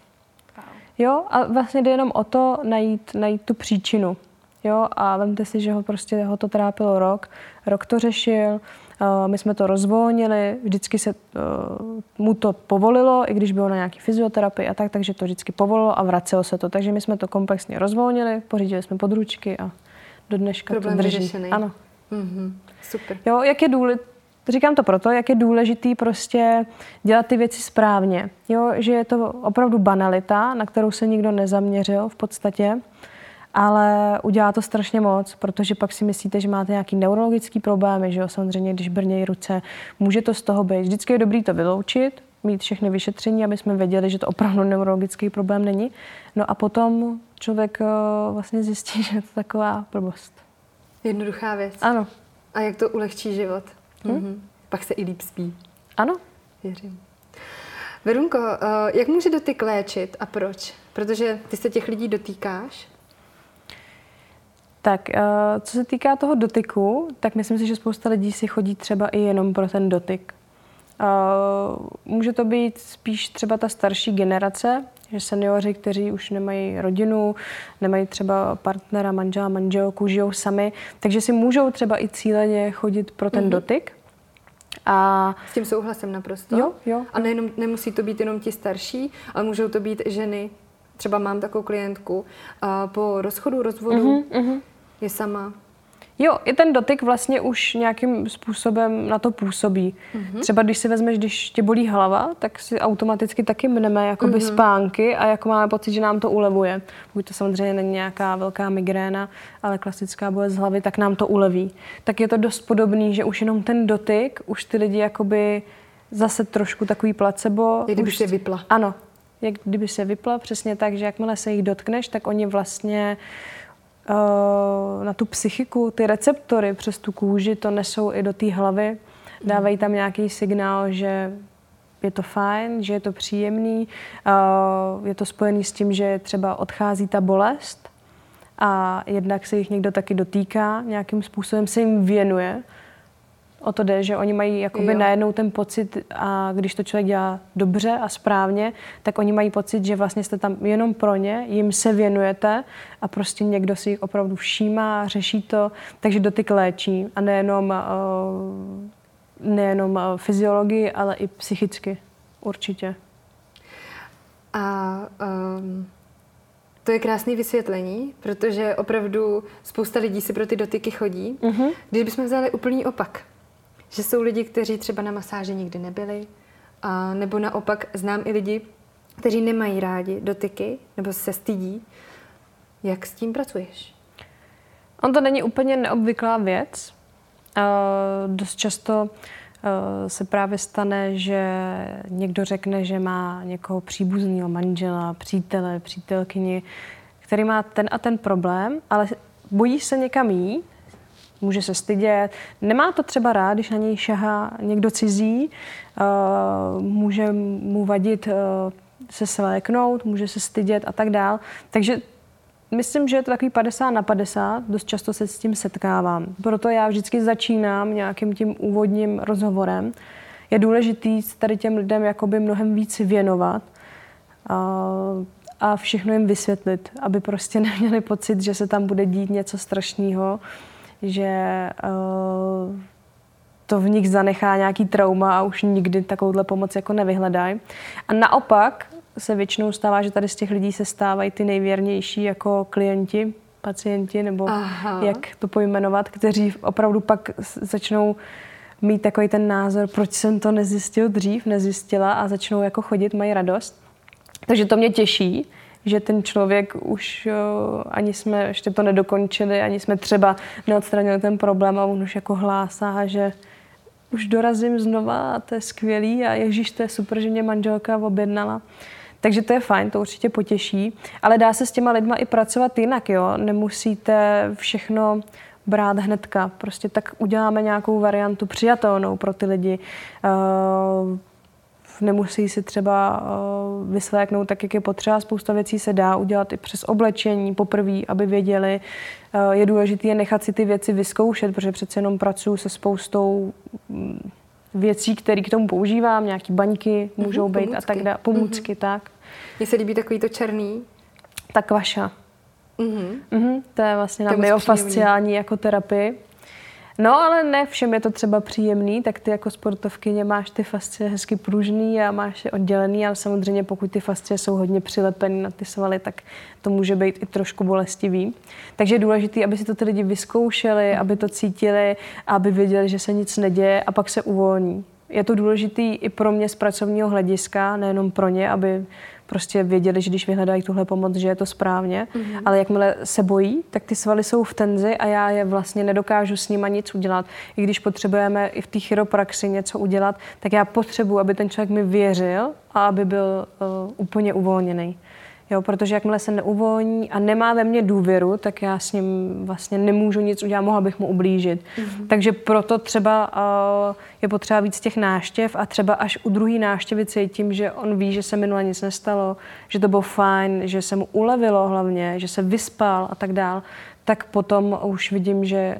Jo, a vlastně jde jenom o to najít, najít tu příčinu. Jo, a vemte si, že ho prostě ho to trápilo rok, rok to řešil My jsme to rozvolnili, vždycky se mu to povolilo, i když bylo na nějaký fyzioterapii a tak, takže to vždycky povolilo a vracelo se to. Takže my jsme to komplexně rozvolnili, pořídili jsme područky a do dneška problém to drží. Vyřešený. Ano. Mm-hmm. Super. Jo, jak je důležité, říkám to proto, jak je důležitý prostě dělat ty věci správně. Jo, že je to opravdu banalita, na kterou se nikdo nezaměřil v podstatě, ale udělá to strašně moc, protože pak si myslíte, že máte nějaký neurologický problémy, že jo, samozřejmě, když brnějí ruce, může to z toho být. Vždycky je dobrý to vyloučit, mít všechny vyšetření, aby jsme věděli, že to opravdu neurologický problém není. No a potom člověk vlastně zjistí, že je to taková blbost. Jednoduchá věc. Ano. A jak to ulehčí život. Hm? Mhm. Pak se i líp spí. Ano. Věřím. Verunko, jak může dotyk léčit a proč? Protože ty se těch lidí dotýkáš. Tak, co se týká toho dotyku, tak myslím si, že spousta lidí si chodí třeba i jenom pro ten dotyk. Může to být spíš třeba ta starší generace, že seniori, kteří už nemají rodinu, nemají třeba partnera, manžela, manželku, žijou sami, takže si můžou třeba i cíleně chodit pro ten mm-hmm. dotyk. A s tím souhlasím naprosto. Jo, jo. A nejenom, nemusí to být jenom ti starší, ale můžou to být ženy. Třeba mám takovou klientku a po rozchodu, rozvodu mm-hmm, mm-hmm. je sama. Jo, i ten dotyk vlastně už nějakým způsobem na to působí. Mm-hmm. Třeba když si vezmeš, když tě bolí hlava, tak si automaticky taky mneme jakoby mm-hmm. spánky a jako máme pocit, že nám to ulevuje. Pokud to samozřejmě není nějaká velká migréna, ale klasická bolest hlavy, tak nám to uleví. Tak je to dost podobný, že už jenom ten dotyk, už ty lidi jakoby zase trošku takový placebo. Jak kdyby už se vypla. Ano, jak kdyby se vypla, přesně tak, že jakmile se jich dotkneš, tak oni vlastně na tu psychiku, ty receptory přes tu kůži to nesou i do té hlavy. Dávají tam nějaký signál, že je to fajn, že je to příjemný. Je to spojený s tím, že třeba odchází ta bolest a jednak se jich někdo taky dotýká, nějakým způsobem se jim věnuje. O to jde, že oni mají jakoby najednou ten pocit, a když to člověk dělá dobře a správně, tak oni mají pocit, že vlastně jste tam jenom pro ně, jim se věnujete a prostě někdo si jich opravdu všímá, řeší to, takže dotyk léčí a nejenom, uh, nejenom fyziologii, ale i psychicky, určitě. A um, to je krásné vysvětlení, protože opravdu spousta lidí si pro ty dotyky chodí. Mm-hmm. Když bychom vzali úplný opak, že jsou lidi, kteří třeba na masáži nikdy nebyli, a nebo naopak znám i lidi, kteří nemají rádi dotyky nebo se stydí. Jak s tím pracuješ? On to není úplně neobvyklá věc. Uh, dost často uh, se právě stane, že někdo řekne, že má někoho příbuzného manžela, přítele, přítelkyni, který má ten a ten problém, ale bojí se někam jít, může se stydět, nemá to třeba rád, když na něj šahá někdo cizí, uh, může mu vadit uh, se sléknout, může se stydět a tak dál. Takže myslím, že je to takový padesát na padesát, dost často se s tím setkávám. Proto já vždycky začínám nějakým tím úvodním rozhovorem. Je důležitý tady těm lidem jakoby mnohem víc věnovat a, a všechno jim vysvětlit, aby prostě neměli pocit, že se tam bude dít něco strašného, že uh, to v nich zanechá nějaký trauma a už nikdy takovouhle pomoc jako nevyhledají. A naopak se většinou stává, že tady z těch lidí se stávají ty nejvěrnější jako klienti, pacienti, nebo Aha. jak to pojmenovat, kteří opravdu pak začnou mít takový ten názor, proč jsem to nezjistil dřív, nezjistila a začnou jako chodit, mají radost. Takže to mě těší, že ten člověk už jo, ani jsme ještě to nedokončili, ani jsme třeba neodstranili ten problém a on už jako hlásá, že už dorazím znova a to je skvělý a ježíš, to je super, že mě manželka objednala. Takže to je fajn, to určitě potěší, ale dá se s těma lidma i pracovat jinak, jo. Nemusíte všechno brát hnedka, prostě tak uděláme nějakou variantu přijatelnou pro ty lidi. Uh, nemusí si třeba uh, vysléknout tak, jak je potřeba. Spousta věcí se dá udělat i přes oblečení poprvé, aby věděli. Uh, je důležité nechat si ty věci vyzkoušet, protože přece jenom pracuji se spoustou um, věcí, které k tomu používám, nějaký baňky můžou mm-hmm, být pomůcky. A tak dále, pomůcky, mm-hmm. tak. Mně se líbí takový to černý. Tak vaša. Mm-hmm. Mm-hmm, to je vlastně na myofasciální jako terapii. No, ale ne všem je to třeba příjemný, tak ty jako sportovkyně máš ty fascie hezky pružný a máš je oddělený, ale samozřejmě pokud ty fascie jsou hodně přilepený na ty svaly, tak to může být i trošku bolestivý. Takže je důležité, aby si to ty lidi vyzkoušeli, aby to cítili, aby věděli, že se nic neděje a pak se uvolní. Je to důležité i pro mě z pracovního hlediska, nejenom pro ně, aby prostě věděli, že když vyhledají tuhle pomoc, že je to správně, mm-hmm. ale jakmile se bojí, tak ty svaly jsou v tenzi a já je vlastně nedokážu s nima nic udělat. I když potřebujeme i v té chiropraxi něco udělat, tak já potřebuji, aby ten člověk mi věřil a aby byl uh, úplně uvolněný. Jo, protože jakmile se neuvolní a nemá ve mně důvěru, tak já s ním vlastně nemůžu nic udělat, mohla bych mu ublížit. Mm-hmm. Takže proto třeba uh, je potřeba víc těch návštěv a třeba až u druhé návštěvy cítím, že on ví, že se minule nic nestalo, že to bylo fajn, že se mu ulevilo hlavně, že se vyspal a tak dál, tak potom už vidím, že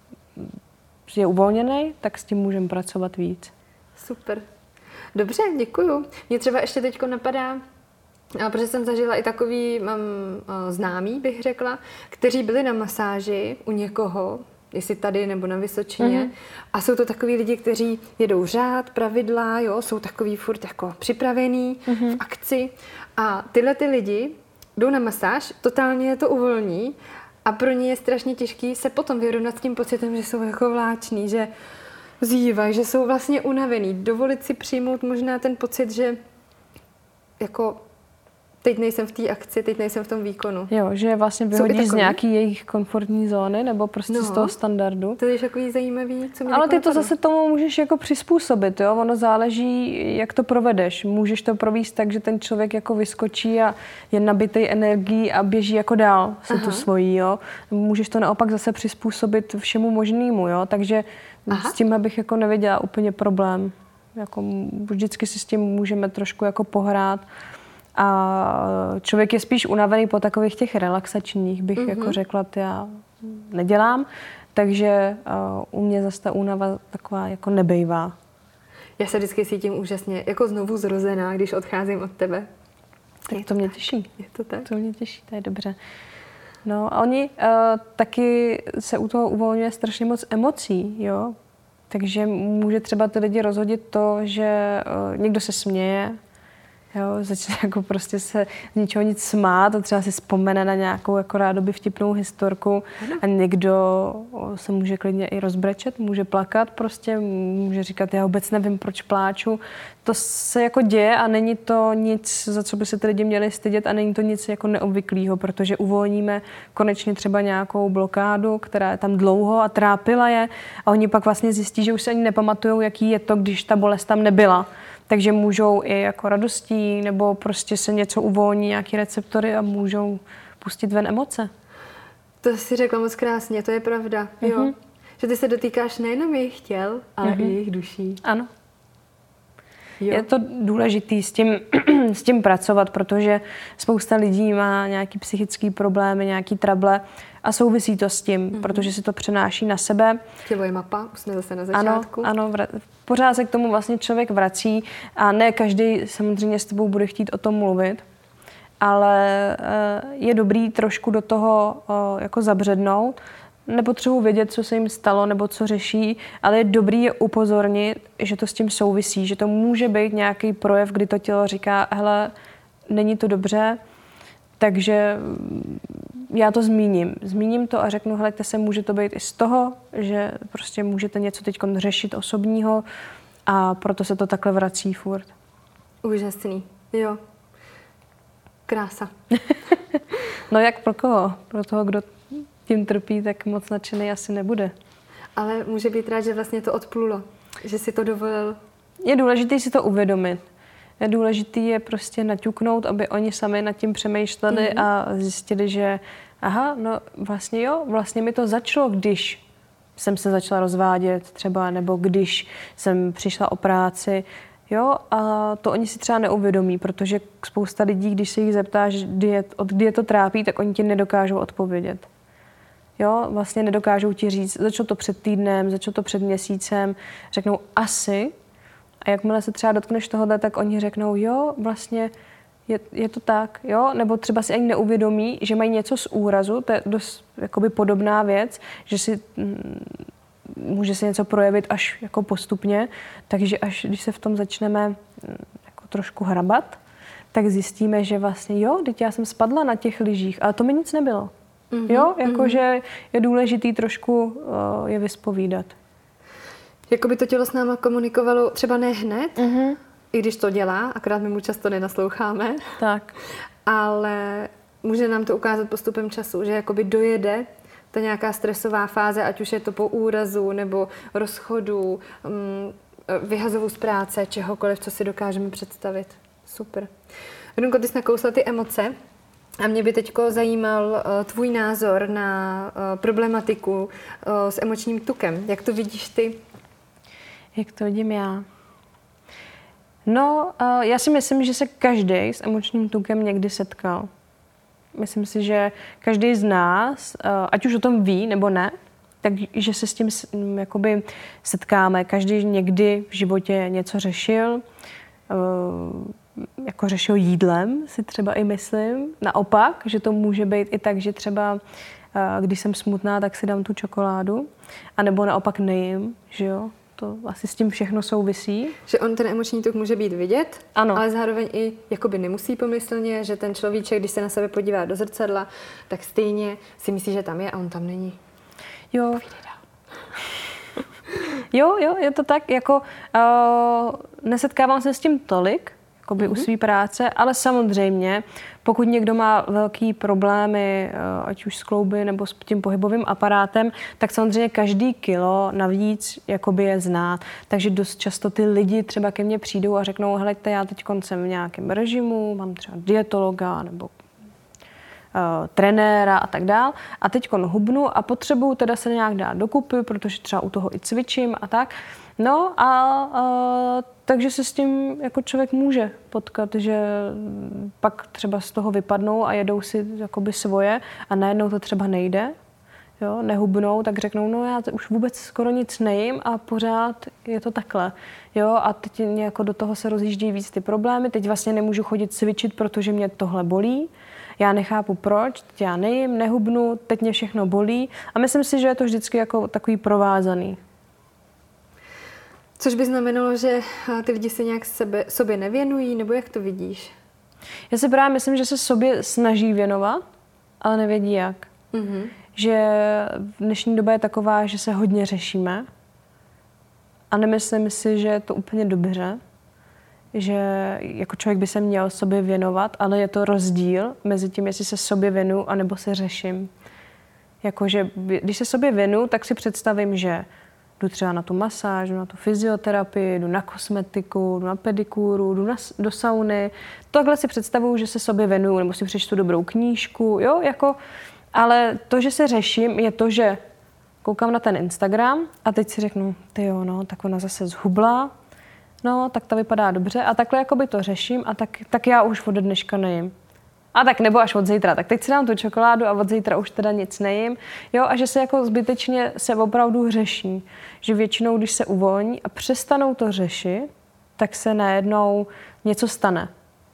je uvolněný, tak s tím můžeme pracovat víc. Super. Dobře, děkuju. Mě třeba ještě teďko napadá, a protože jsem zažila i takový, mám uh, známý, bych řekla, kteří byli na masáži u někoho, jestli tady nebo na Vysočině. Mm-hmm. A jsou to takový lidi, kteří jedou řád, pravidla, jo, jsou takový furt jako připravený mm-hmm. v akci. A tyhle ty lidi jdou na masáž, totálně je to uvolní a pro ně je strašně těžký se potom vyrovnat s tím pocitem, že jsou jako vláční, že zývají, že jsou vlastně unavený. Dovolit si přijmout možná ten pocit, že jako teď nejsem v té akci, teď nejsem v tom výkonu. Jo, že vlastně vyhodíš z nějaký jejich komfortní zóny nebo prostě no, z toho standardu. To je takový zajímavý, co mi ale ty to zase tomu můžeš jako přizpůsobit, jo? Ono záleží, jak to provedeš. Můžeš to provést tak, že ten člověk jako vyskočí a je nabitej energií a běží jako dál se tu svojí, jo? Můžeš to naopak zase přizpůsobit všemu možnému, jo? Takže Aha. s tím bych jako neviděla úplně problém. Jako vždycky si s tím můžeme trošku jako pohrát. A člověk je spíš unavený po takových těch relaxačních, bych mm-hmm. jako řekla, já nedělám, takže uh, u mě zase ta únava taková jako nebejvá. Já se vždycky cítím úžasně, jako znovu zrozená, když odcházím od tebe. Tak to mě těší. Je to tak? To mě těší, to je dobře. No a oni uh, taky se u toho uvolňuje strašně moc emocí, jo. Takže může třeba ty lidi rozhodit to, že uh, někdo se směje, jo, začne jako prostě se z ničeho nic smát a třeba si vzpomene na nějakou jako rádoby vtipnou historku a někdo se může klidně i rozbrečet, může plakat prostě, může říkat, já vůbec nevím, proč pláču. To se jako děje a není to nic, za co by se ty lidi měli stydět a není to nic jako neobvyklého, protože uvolníme konečně třeba nějakou blokádu, která je tam dlouho a trápila je a oni pak vlastně zjistí, že už se ani nepamatujou, jaký je to, když ta bolest tam nebyla. Takže můžou i jako radostí nebo prostě se něco uvolní, nějaké receptory a můžou pustit ven emoce. To si řekla moc krásně, to je pravda. Mm-hmm. Jo. Že ty se dotýkáš nejenom jejich těl, ale mm-hmm. i jejich duší. Ano. Jo. Je to důležité s tím, s tím pracovat, protože spousta lidí má nějaký psychický problémy, nějaký trable a souvisí to s tím, mm-hmm. protože si to přenáší na sebe. Tělo je mapa, už jsme zase na začátku. Ano, ano vra- pořád se k tomu vlastně člověk vrací a ne každý samozřejmě s tebou bude chtít o tom mluvit, ale je dobrý trošku do toho jako zabřednout. Nepotřebuji vědět, co se jim stalo nebo co řeší, ale je dobrý je upozornit, že to s tím souvisí, že to může být nějaký projev, kdy to tělo říká, hele, není to dobře, takže já to zmíním. Zmíním to a řeknu, helejte se, může to být i z toho, že prostě můžete něco teď řešit osobního a proto se to takhle vrací furt. Úžasný, jo. Krása. No jak pro koho? Pro toho, kdo tím trpí, tak moc nadšený asi nebude. Ale může být rád, že vlastně to odplulo, že si to dovolil. Je důležité si to uvědomit. Je důležité je prostě naťuknout, aby oni sami nad tím přemýšleli mm-hmm. a zjistili, že aha, no vlastně jo, vlastně mi to začalo, když jsem se začala rozvádět třeba, nebo když jsem přišla o práci. Jo, a to oni si třeba neuvědomí, protože spousta lidí, když se jich zeptáš, kdy je, od kdy je to trápí, tak oni ti nedokážou odpovědět. Jo, vlastně nedokážou ti říct, začalo to před týdnem, začalo to před měsícem, řeknou asi. A jakmile se třeba dotkneš tohohle, tak oni řeknou, jo, vlastně je, je to tak, jo, nebo třeba si ani neuvědomí, že mají něco z úrazu, to je dost jakoby podobná věc, že si může se něco projevit až jako postupně, takže až když se v tom začneme jako trošku hrabat, tak zjistíme, že vlastně jo, teď já jsem spadla na těch lyžích, ale to mi nic nebylo. Mm-hmm, jo, jakože mm-hmm. je důležitý trošku uh, je vyspovídat. Jakoby to tělo s náma komunikovalo třeba ne hned, Mm-hmm. i když to dělá, akorát my mu často nenasloucháme. Tak. Ale může nám to ukázat postupem času, že jakoby dojede ta nějaká stresová fáze, ať už je to po úrazu nebo rozchodu, vyhazovu z práce, čehokoliv, co si dokážeme představit. Super. Runko, ty jsi nakousla ty emoce a mě by teďko zajímal uh, tvůj názor na uh, problematiku uh, s emočním tukem. Jak to vidíš ty? Jak to vidím já? No, uh, já si myslím, že se každý s emočním tukem někdy setkal. Myslím si, že každý z nás, uh, ať už o tom ví nebo ne, takže se s tím um, jakoby setkáme. Každý někdy v životě něco řešil, uh, jako řešil jídlem, si třeba i myslím. Naopak, že to může být i tak, že třeba uh, když jsem smutná, tak si dám tu čokoládu, anebo naopak nejím, že jo. To asi s tím všechno souvisí. Že on ten emoční tuk může být vidět, ano. Ale zároveň i jakoby nemusí pomyslně, že ten človíček, když se na sebe podívá do zrcadla, tak stejně si myslí, že tam je a on tam není. Jo. Jo, jo, je to tak, jako uh, nesetkávám se s tím tolik, jakoby mm-hmm. u své práce, ale samozřejmě, pokud někdo má velký problémy, uh, ať už s klouby nebo s tím pohybovým aparátem, tak samozřejmě každý kilo navíc jakoby je znát. Takže dost často ty lidi třeba ke mně přijdou a řeknou, heleďte, já teď jsem v nějakém režimu, mám třeba dietologa nebo Uh, trenéra a tak dál. A teď hubnu a potřebuju teda se nějak dát dokupy, protože třeba u toho i cvičím a tak. No a uh, takže se s tím jako člověk může potkat, že pak třeba z toho vypadnou a jedou si jakoby svoje a najednou to třeba nejde. Jo, nehubnou, tak řeknou, no já už vůbec skoro nic nejím a pořád je to takhle. Jo, a teď jako do toho se rozjíždí víc ty problémy. Teď vlastně nemůžu chodit cvičit, protože mě tohle bolí. Já nechápu proč, teď já nejím, nehubnu, teď mě všechno bolí. A myslím si, že je to vždycky jako takový provázaný. Což by znamenalo, že ty lidi se nějak sebe, sobě nevěnují, nebo jak to vidíš? Já si právě myslím, že se sobě snaží věnovat, ale nevědí jak. Mm-hmm. Že v dnešní době je taková, že se hodně řešíme a nemyslím si, že je to úplně dobře, že jako člověk by se měl sobě věnovat, ale je to rozdíl mezi tím, jestli se sobě věnuju, anebo se řeším. Jakože když se sobě věnuju, tak si představím, že jdu třeba na tu masáž, jdu na tu fyzioterapii, jdu na kosmetiku, jdu na pedikúru, jdu na, do sauny. Takhle si představuju, že se sobě věnuju, nebo si přečtu dobrou knížku, jo, jako. Ale to, že se řeším, je to, že koukám na ten Instagram a teď si řeknu, ty jo, no, tak ona zase zhubla, no, tak to vypadá dobře a takhle jakoby to řeším a tak, tak já už od dneška nejím. A tak nebo až od zítra, tak teď si dám tu čokoládu a od zítra už teda nic nejím. Jo, a že se jako zbytečně se opravdu řeší. Že většinou, když se uvolní a přestanou to řešit, tak se najednou něco stane.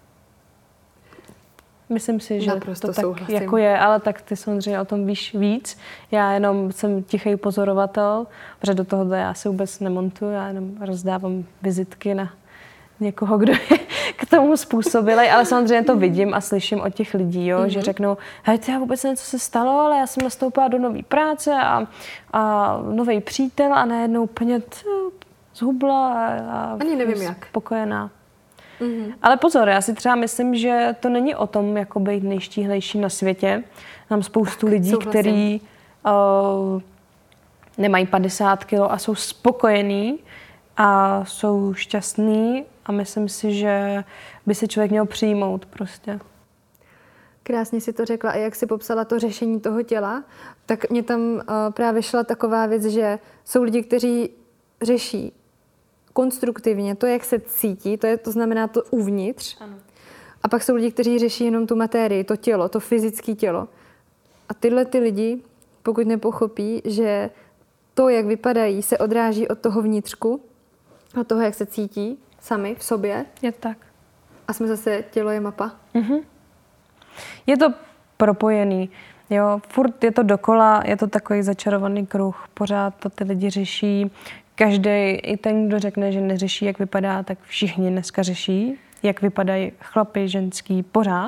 Myslím si, že naprosto to tak souhlasím. jako je, ale tak ty samozřejmě o tom víš víc. Já jenom jsem tichý pozorovatel, protože do toho já se vůbec nemontuju, já jenom rozdávám vizitky na někoho, kdo je k tomu způsobilej, ale samozřejmě to vidím a slyším od těch lidí, jo, mm-hmm. že řeknou, hej, já vůbec něco se stalo, ale já jsem nastoupila do nové práce a, a nový přítel a najednou úplně zhubla a, a ani nevím jak. Spokojená. Mm-hmm. Ale pozor, já si třeba myslím, že to není o tom, jako být nejštíhlejší na světě. Mám spoustu tak, lidí, souhlasím. Který uh, nemají padesát kilo a jsou spokojení a jsou šťastní a myslím si, že by si člověk měl přijmout prostě. Krásně si to řekla a jak si popsala to řešení toho těla, tak mě tam uh, právě šla taková věc, že jsou lidi, kteří řeší konstruktivně to, jak se cítí, to, je, to znamená to uvnitř. Ano. A pak jsou lidi, kteří řeší jenom tu materii, to tělo, to fyzické tělo. A tyhle ty lidi, pokud nepochopí, že to, jak vypadají, se odráží od toho vnitřku, od toho, jak se cítí sami v sobě. Je tak. A jsme zase, tělo je mapa. Mhm. Je to propojený. Jo, furt je to dokola, je to takový začarovaný kruh, pořád to ty lidi řeší. Každý, i ten, kdo řekne, že neřeší, jak vypadá, tak všichni dneska řeší, jak vypadají chlapi, ženský, pořád.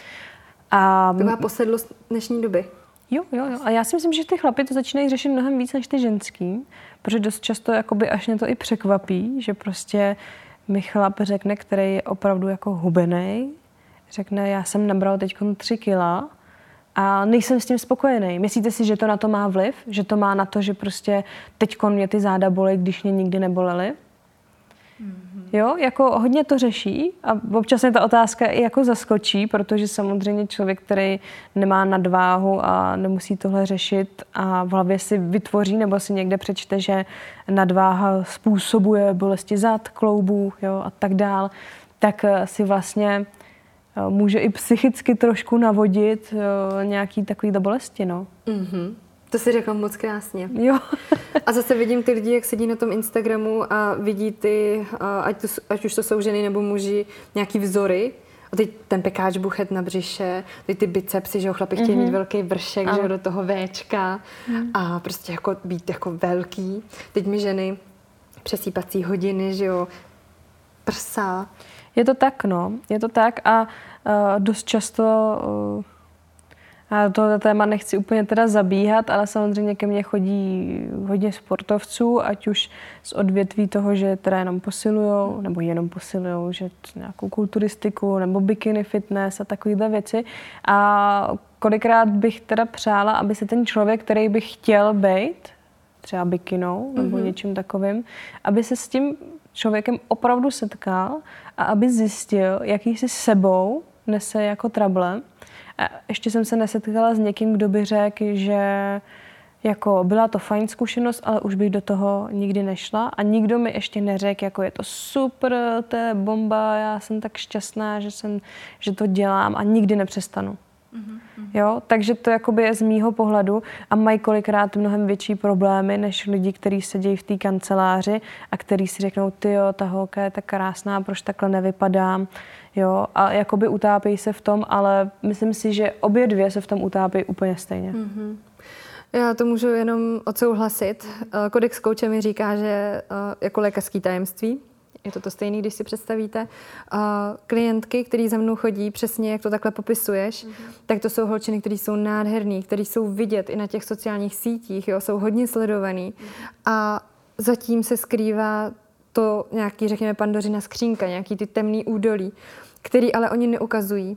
A taková posedlost dnešní doby. Jo, jo, jo. A já si myslím, že ty chlapi to začínají řešit mnohem víc než ty ženský, protože dost často jakoby až mě to i překvapí, že prostě mi chlap řekne, který je opravdu jako hubenej, řekne, já jsem nabral teď tři kila a nejsem s tím spokojený. Myslíte si, že to na to má vliv? Že to má na to, že prostě teďkon mě ty záda bolej, když mě nikdy nebolely? Mm-hmm. Jo, jako hodně to řeší a občas mě ta otázka i jako zaskočí, protože samozřejmě člověk, který nemá nadváhu a nemusí tohle řešit a v hlavě si vytvoří nebo si někde přečte, že nadváha způsobuje bolesti zad, kloubů, jo, a tak dál, tak si vlastně může i psychicky trošku navodit nějaký takovýhle bolesti, no. Mm-hmm. To si řekla moc krásně. Jo. A zase vidím ty lidi, jak sedí na tom Instagramu a vidí ty, ať, to, ať už to jsou ženy nebo muži, nějaký vzory. A teď ten pekáč buchet na břiše, teď ty bicepsy, že jo, chlapi chtějí mm-hmm. mít velký vršek, že jo, do toho véčka mm. a prostě jako být jako velký. Teď mi ženy přesýpací hodiny, že jo, prsa. Je to tak, no. Je to tak a uh, dost často... Uh, A tohle téma nechci úplně teda zabíhat, ale samozřejmě ke mně chodí hodně sportovců, ať už z odvětví toho, že teda jenom posilujou, nebo jenom posilujou, že nějakou kulturistiku, nebo bikini fitness a takovéhle věci. A kolikrát bych teda přála, aby se ten člověk, který by chtěl být, třeba bikinou nebo mm-hmm. něčím takovým, aby se s tím člověkem opravdu setkal a aby zjistil, jaký si sebou nese jako trable. A ještě jsem se nesetkala s někým, kdo by řekl, že jako byla to fajn zkušenost, ale už bych do toho nikdy nešla. A nikdo mi ještě neřekl, jako je to super, to je bomba, já jsem tak šťastná, že, jsem, že to dělám a nikdy nepřestanu. Mm-hmm. Jo? Takže to jakoby je z mýho pohledu a mají kolikrát mnohem větší problémy, než lidi, kteří sedí v té kanceláři a kteří si řeknou, tyjo, ta holka je tak krásná, proč takhle nevypadám. Jo, a jakoby utápějí se v tom, ale myslím si, že obě dvě se v tom utápějí úplně stejně. Mm-hmm. Já to můžu jenom odsouhlasit. Kodex kouče mi říká, že jako lékařský tajemství, je to to stejné, když si představíte, klientky, které za mnou chodí, přesně jak to takhle popisuješ, mm-hmm. tak to jsou holčiny, které jsou nádherný, které jsou vidět i na těch sociálních sítích, jo, jsou hodně sledovaný mm-hmm. a zatím se skrývá to nějaký, řekněme, Pandořina skřínka, nějaký ty temný údolí, který ale oni neukazují.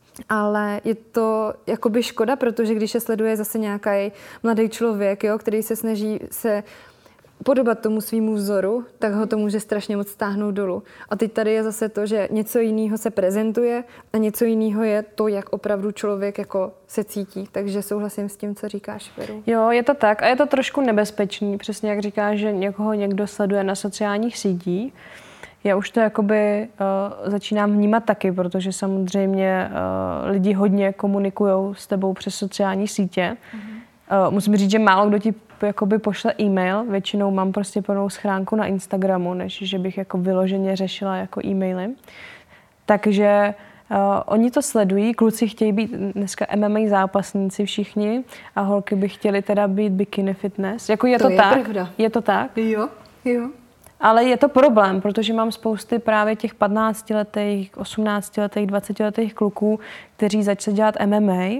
Ale je to jakoby škoda, protože když se sleduje zase nějaký mladý člověk, jo, který se snaží se podobat tomu svýmu vzoru, tak ho to může strašně moc stáhnout dolů. A teď tady je zase to, že něco jiného se prezentuje a něco jiného je to, jak opravdu člověk jako se cítí. Takže souhlasím s tím, co říkáš, Veru. Jo, je to tak a je to trošku nebezpečný, přesně jak říkáš, že někoho někdo sleduje na sociálních sítích. Já už to jakoby uh, začínám vnímat taky, protože samozřejmě uh, lidi hodně komunikujou s tebou přes sociální sítě. Mm-hmm. Uh, musím říct, že málo kdo ti jakoby pošle e-mail, většinou mám prostě plnou schránku na Instagramu, než že bych jako vyloženě řešila jako e-maily. Takže uh, oni to sledují, kluci chtějí být dneska M M A zápasníci všichni a holky by chtěly teda být bikini fitness. Jako je to, to je tak? Pravda. Je to tak? Jo, jo. Ale je to problém, protože mám spousty právě těch patnáctiletých, osmnáctiletých, dvacetiletých kluků, kteří začali dělat M M A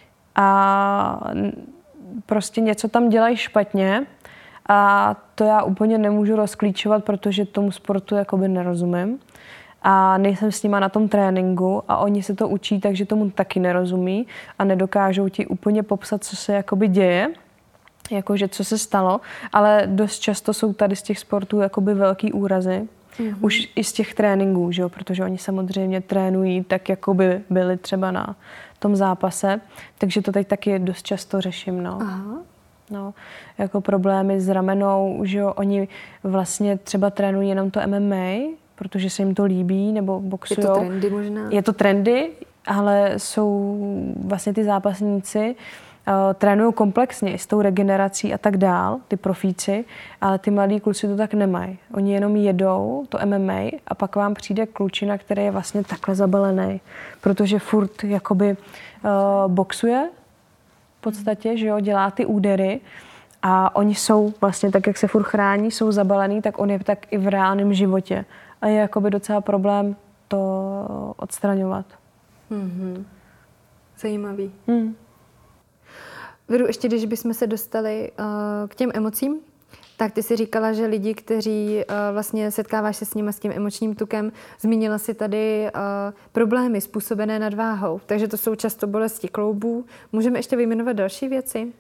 a prostě něco tam dělají špatně a to já úplně nemůžu rozklíčovat, protože tomu sportu jakoby nerozumím a nejsem s nima na tom tréninku a oni se to učí, takže tomu taky nerozumí a nedokážou ti úplně popsat, co se jakoby děje. Jakože co se stalo, ale dost často jsou tady z těch sportů jakoby velký úrazy. Mm-hmm. Už i z těch tréninků, že jo? Protože oni samozřejmě trénují tak, jako by byli třeba na tom zápase. Takže to teď taky dost často řeším, no. Aha. No, jako problémy s ramenou, že jo? Oni vlastně třeba trénují jenom to M M A, protože se jim to líbí, nebo boxujou. Je to trendy možná? Je to trendy, ale jsou vlastně ty zápasníci, Uh, trénují komplexně s tou regenerací a tak dál, ty profíci, ale ty mladí kluci to tak nemají. Oni jenom jedou to M M A a pak vám přijde klučina, který je vlastně takhle zabalený, protože furt jakoby uh, boxuje v podstatě, že jo, dělá ty údery a oni jsou vlastně tak, jak se furt chrání, jsou zabalený, tak on je tak i v reálném životě. A je jakoby docela problém to odstraňovat. Mm-hmm. Zajímavý. Hmm. Věru, ještě když bychom se dostali uh, k těm emocím, tak ty si říkala, že lidi, kteří uh, vlastně setkáváš se s nimi s tím emočním tukem, zmínila si tady uh, problémy způsobené nadváhou. Takže to jsou často bolesti kloubů. Můžeme ještě vyjmenovat další věci?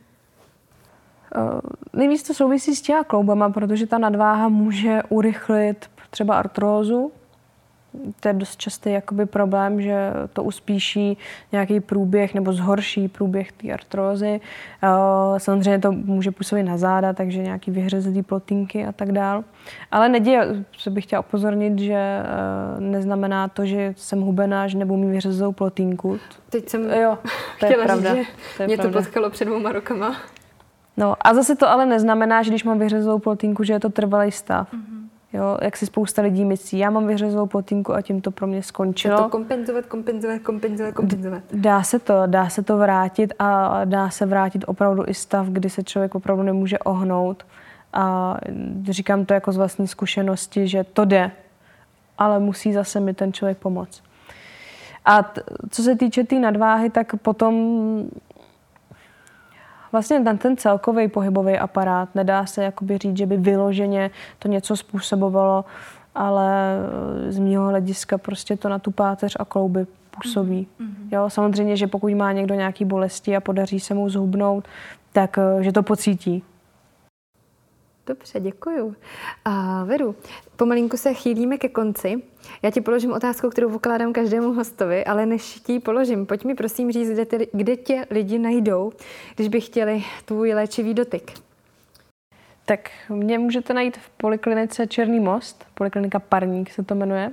Uh, nejvíc to souvisí s těma kloubama, protože ta nadváha může urychlit třeba artrózu. To je dost častý jakoby problém, že to uspíší nějaký průběh nebo zhorší průběh té artrózy. Uh, samozřejmě to může působit na záda, takže nějaký vyhřezlý plotínky a tak dál. Ale neděje, co bych chtěla upozornit, že uh, neznamená to, že jsem hubená, že nebudu mít vyhřezlou plotínku. Teď jsem jo, to je chtěla pravda. říct, že to je mě pravda. to potkalo před dvouma rokama. No a zase to ale neznamená, že když mám vyhřezlou plotínku, že je to trvalý stav. Mm-hmm. Jo, jak si spousta lidí myslí, já mám vyhřezlou plotínku a tím to pro mě skončilo. Dá to kompenzovat, kompenzovat, kompenzovat, kompenzovat. Dá se to, dá se to vrátit a dá se vrátit opravdu i stav, kdy se člověk opravdu nemůže ohnout. A říkám to jako z vlastní zkušenosti, že to jde, ale musí zase mi ten člověk pomoct. A t- co se týče té tý nadváhy, tak potom vlastně ten, ten celkový pohybový aparát, nedá se jakoby říct, že by vyloženě to něco způsobovalo, ale z mýho hlediska prostě to na tu páteř a klouby působí. Mm-hmm. Jo, samozřejmě, že pokud má někdo nějaký bolesti a podaří se mu zhubnout, tak že to pocítí. Dobře, děkuju. A Veru, pomalinku se chýlíme ke konci. Já ti položím otázku, kterou pokládám každému hostovi, ale než ti ji položím, pojď mi prosím říct, kde, ty, kde tě lidi najdou, když by chtěli tvůj léčivý dotyk. Tak mě můžete najít v poliklinice Černý most, poliklinika Parník se to jmenuje.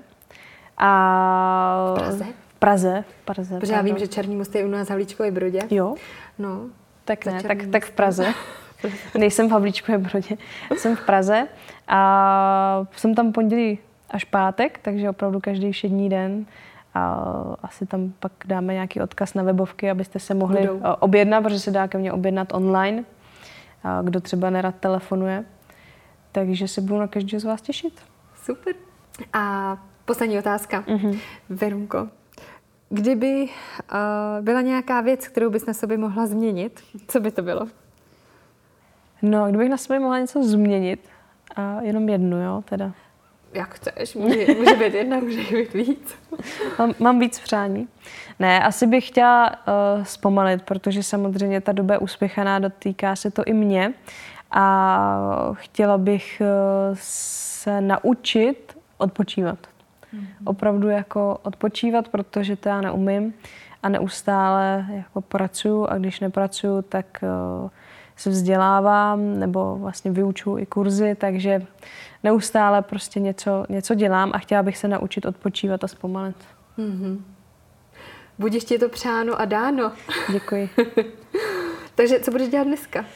A v Praze? V Praze. V Praze Protože já vím, že Černý most je u nás v Havlíčkově Brodě. Jo? No. Tak ne, tak, tak v Praze. Nejsem v Havlíčkově Brodě, jsem v Praze a jsem tam pondělí až pátek, takže opravdu každý všední den. A asi tam pak dáme nějaký odkaz na webovky, abyste se mohli Budou. objednat, protože se dá ke mně objednat online, a kdo třeba nerad telefonuje. Takže se budu na každého z vás těšit. Super. A poslední otázka. Mm-hmm. Verunko, kdyby uh, byla nějaká věc, kterou bys na sobě mohla změnit, co by to bylo? No, kdybych na sobě mohla něco změnit, a jenom jednu, jo, teda. Jak chceš, může, může být jedna, může být víc. Mám, mám víc přání. Ne, asi bych chtěla uh, zpomalit, protože samozřejmě ta doba je uspěchaná, dotýká se to i mě. A chtěla bych uh, se naučit odpočívat. Mm-hmm. Opravdu jako odpočívat, protože to já neumím a neustále jako pracuju a když nepracuju, tak uh, se vzdělávám nebo vlastně vyučuju i kurzy, takže neustále prostě něco, něco dělám a chtěla bych se naučit odpočívat a zpomalit. Mm-hmm. Budiš ti to přáno a dáno. Děkuji. Takže co budeš dělat dneska?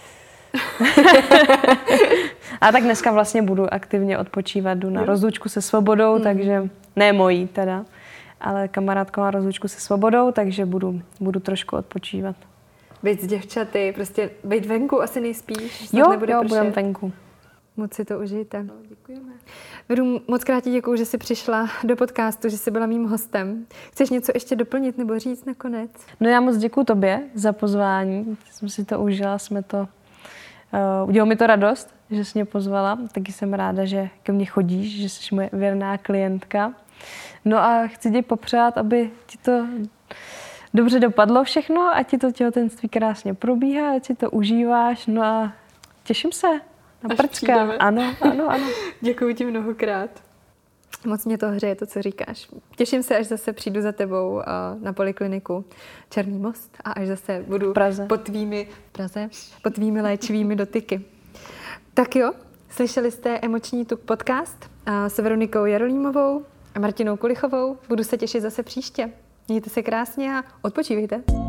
A tak dneska vlastně budu aktivně odpočívat, jdu na jo. rozlučku se svobodou, mm. takže ne mojí teda, ale kamarádka má rozlučku se svobodou, takže budu, budu trošku odpočívat. Být s děvčaty, prostě být venku asi nejspíš. Jo, jo, budem venku. Moc si to užijte. No, děkujeme. Veru, moc krát ti děkuju, že jsi přišla do podcastu, že jsi byla mým hostem. Chceš něco ještě doplnit nebo říct nakonec? No já moc děkuju tobě za pozvání. Jsem si to užila, jsme to... Uh, udělalo mi to radost, že jsi mě pozvala. Taky jsem ráda, že ke mně chodíš, že jsi moje věrná klientka. No a chci ti popřát, aby ti to dobře dopadlo všechno, ať ti to těhotenství krásně probíhá, ať si to užíváš. No a těším se na prcka. Ano, ano, ano. Děkuji ti mnohokrát. Moc mě to hřeje, to, co říkáš. Těším se, až zase přijdu za tebou na polikliniku Černý most a až zase budu Praze. pod tvými, Praze, pod tvými léčivými dotyky. Tak jo, slyšeli jste Emoční tuk podcast s Veronikou Jarolímovou a Martinou Kulichovou. Budu se těšit zase příště. Mějte se krásně a odpočívejte.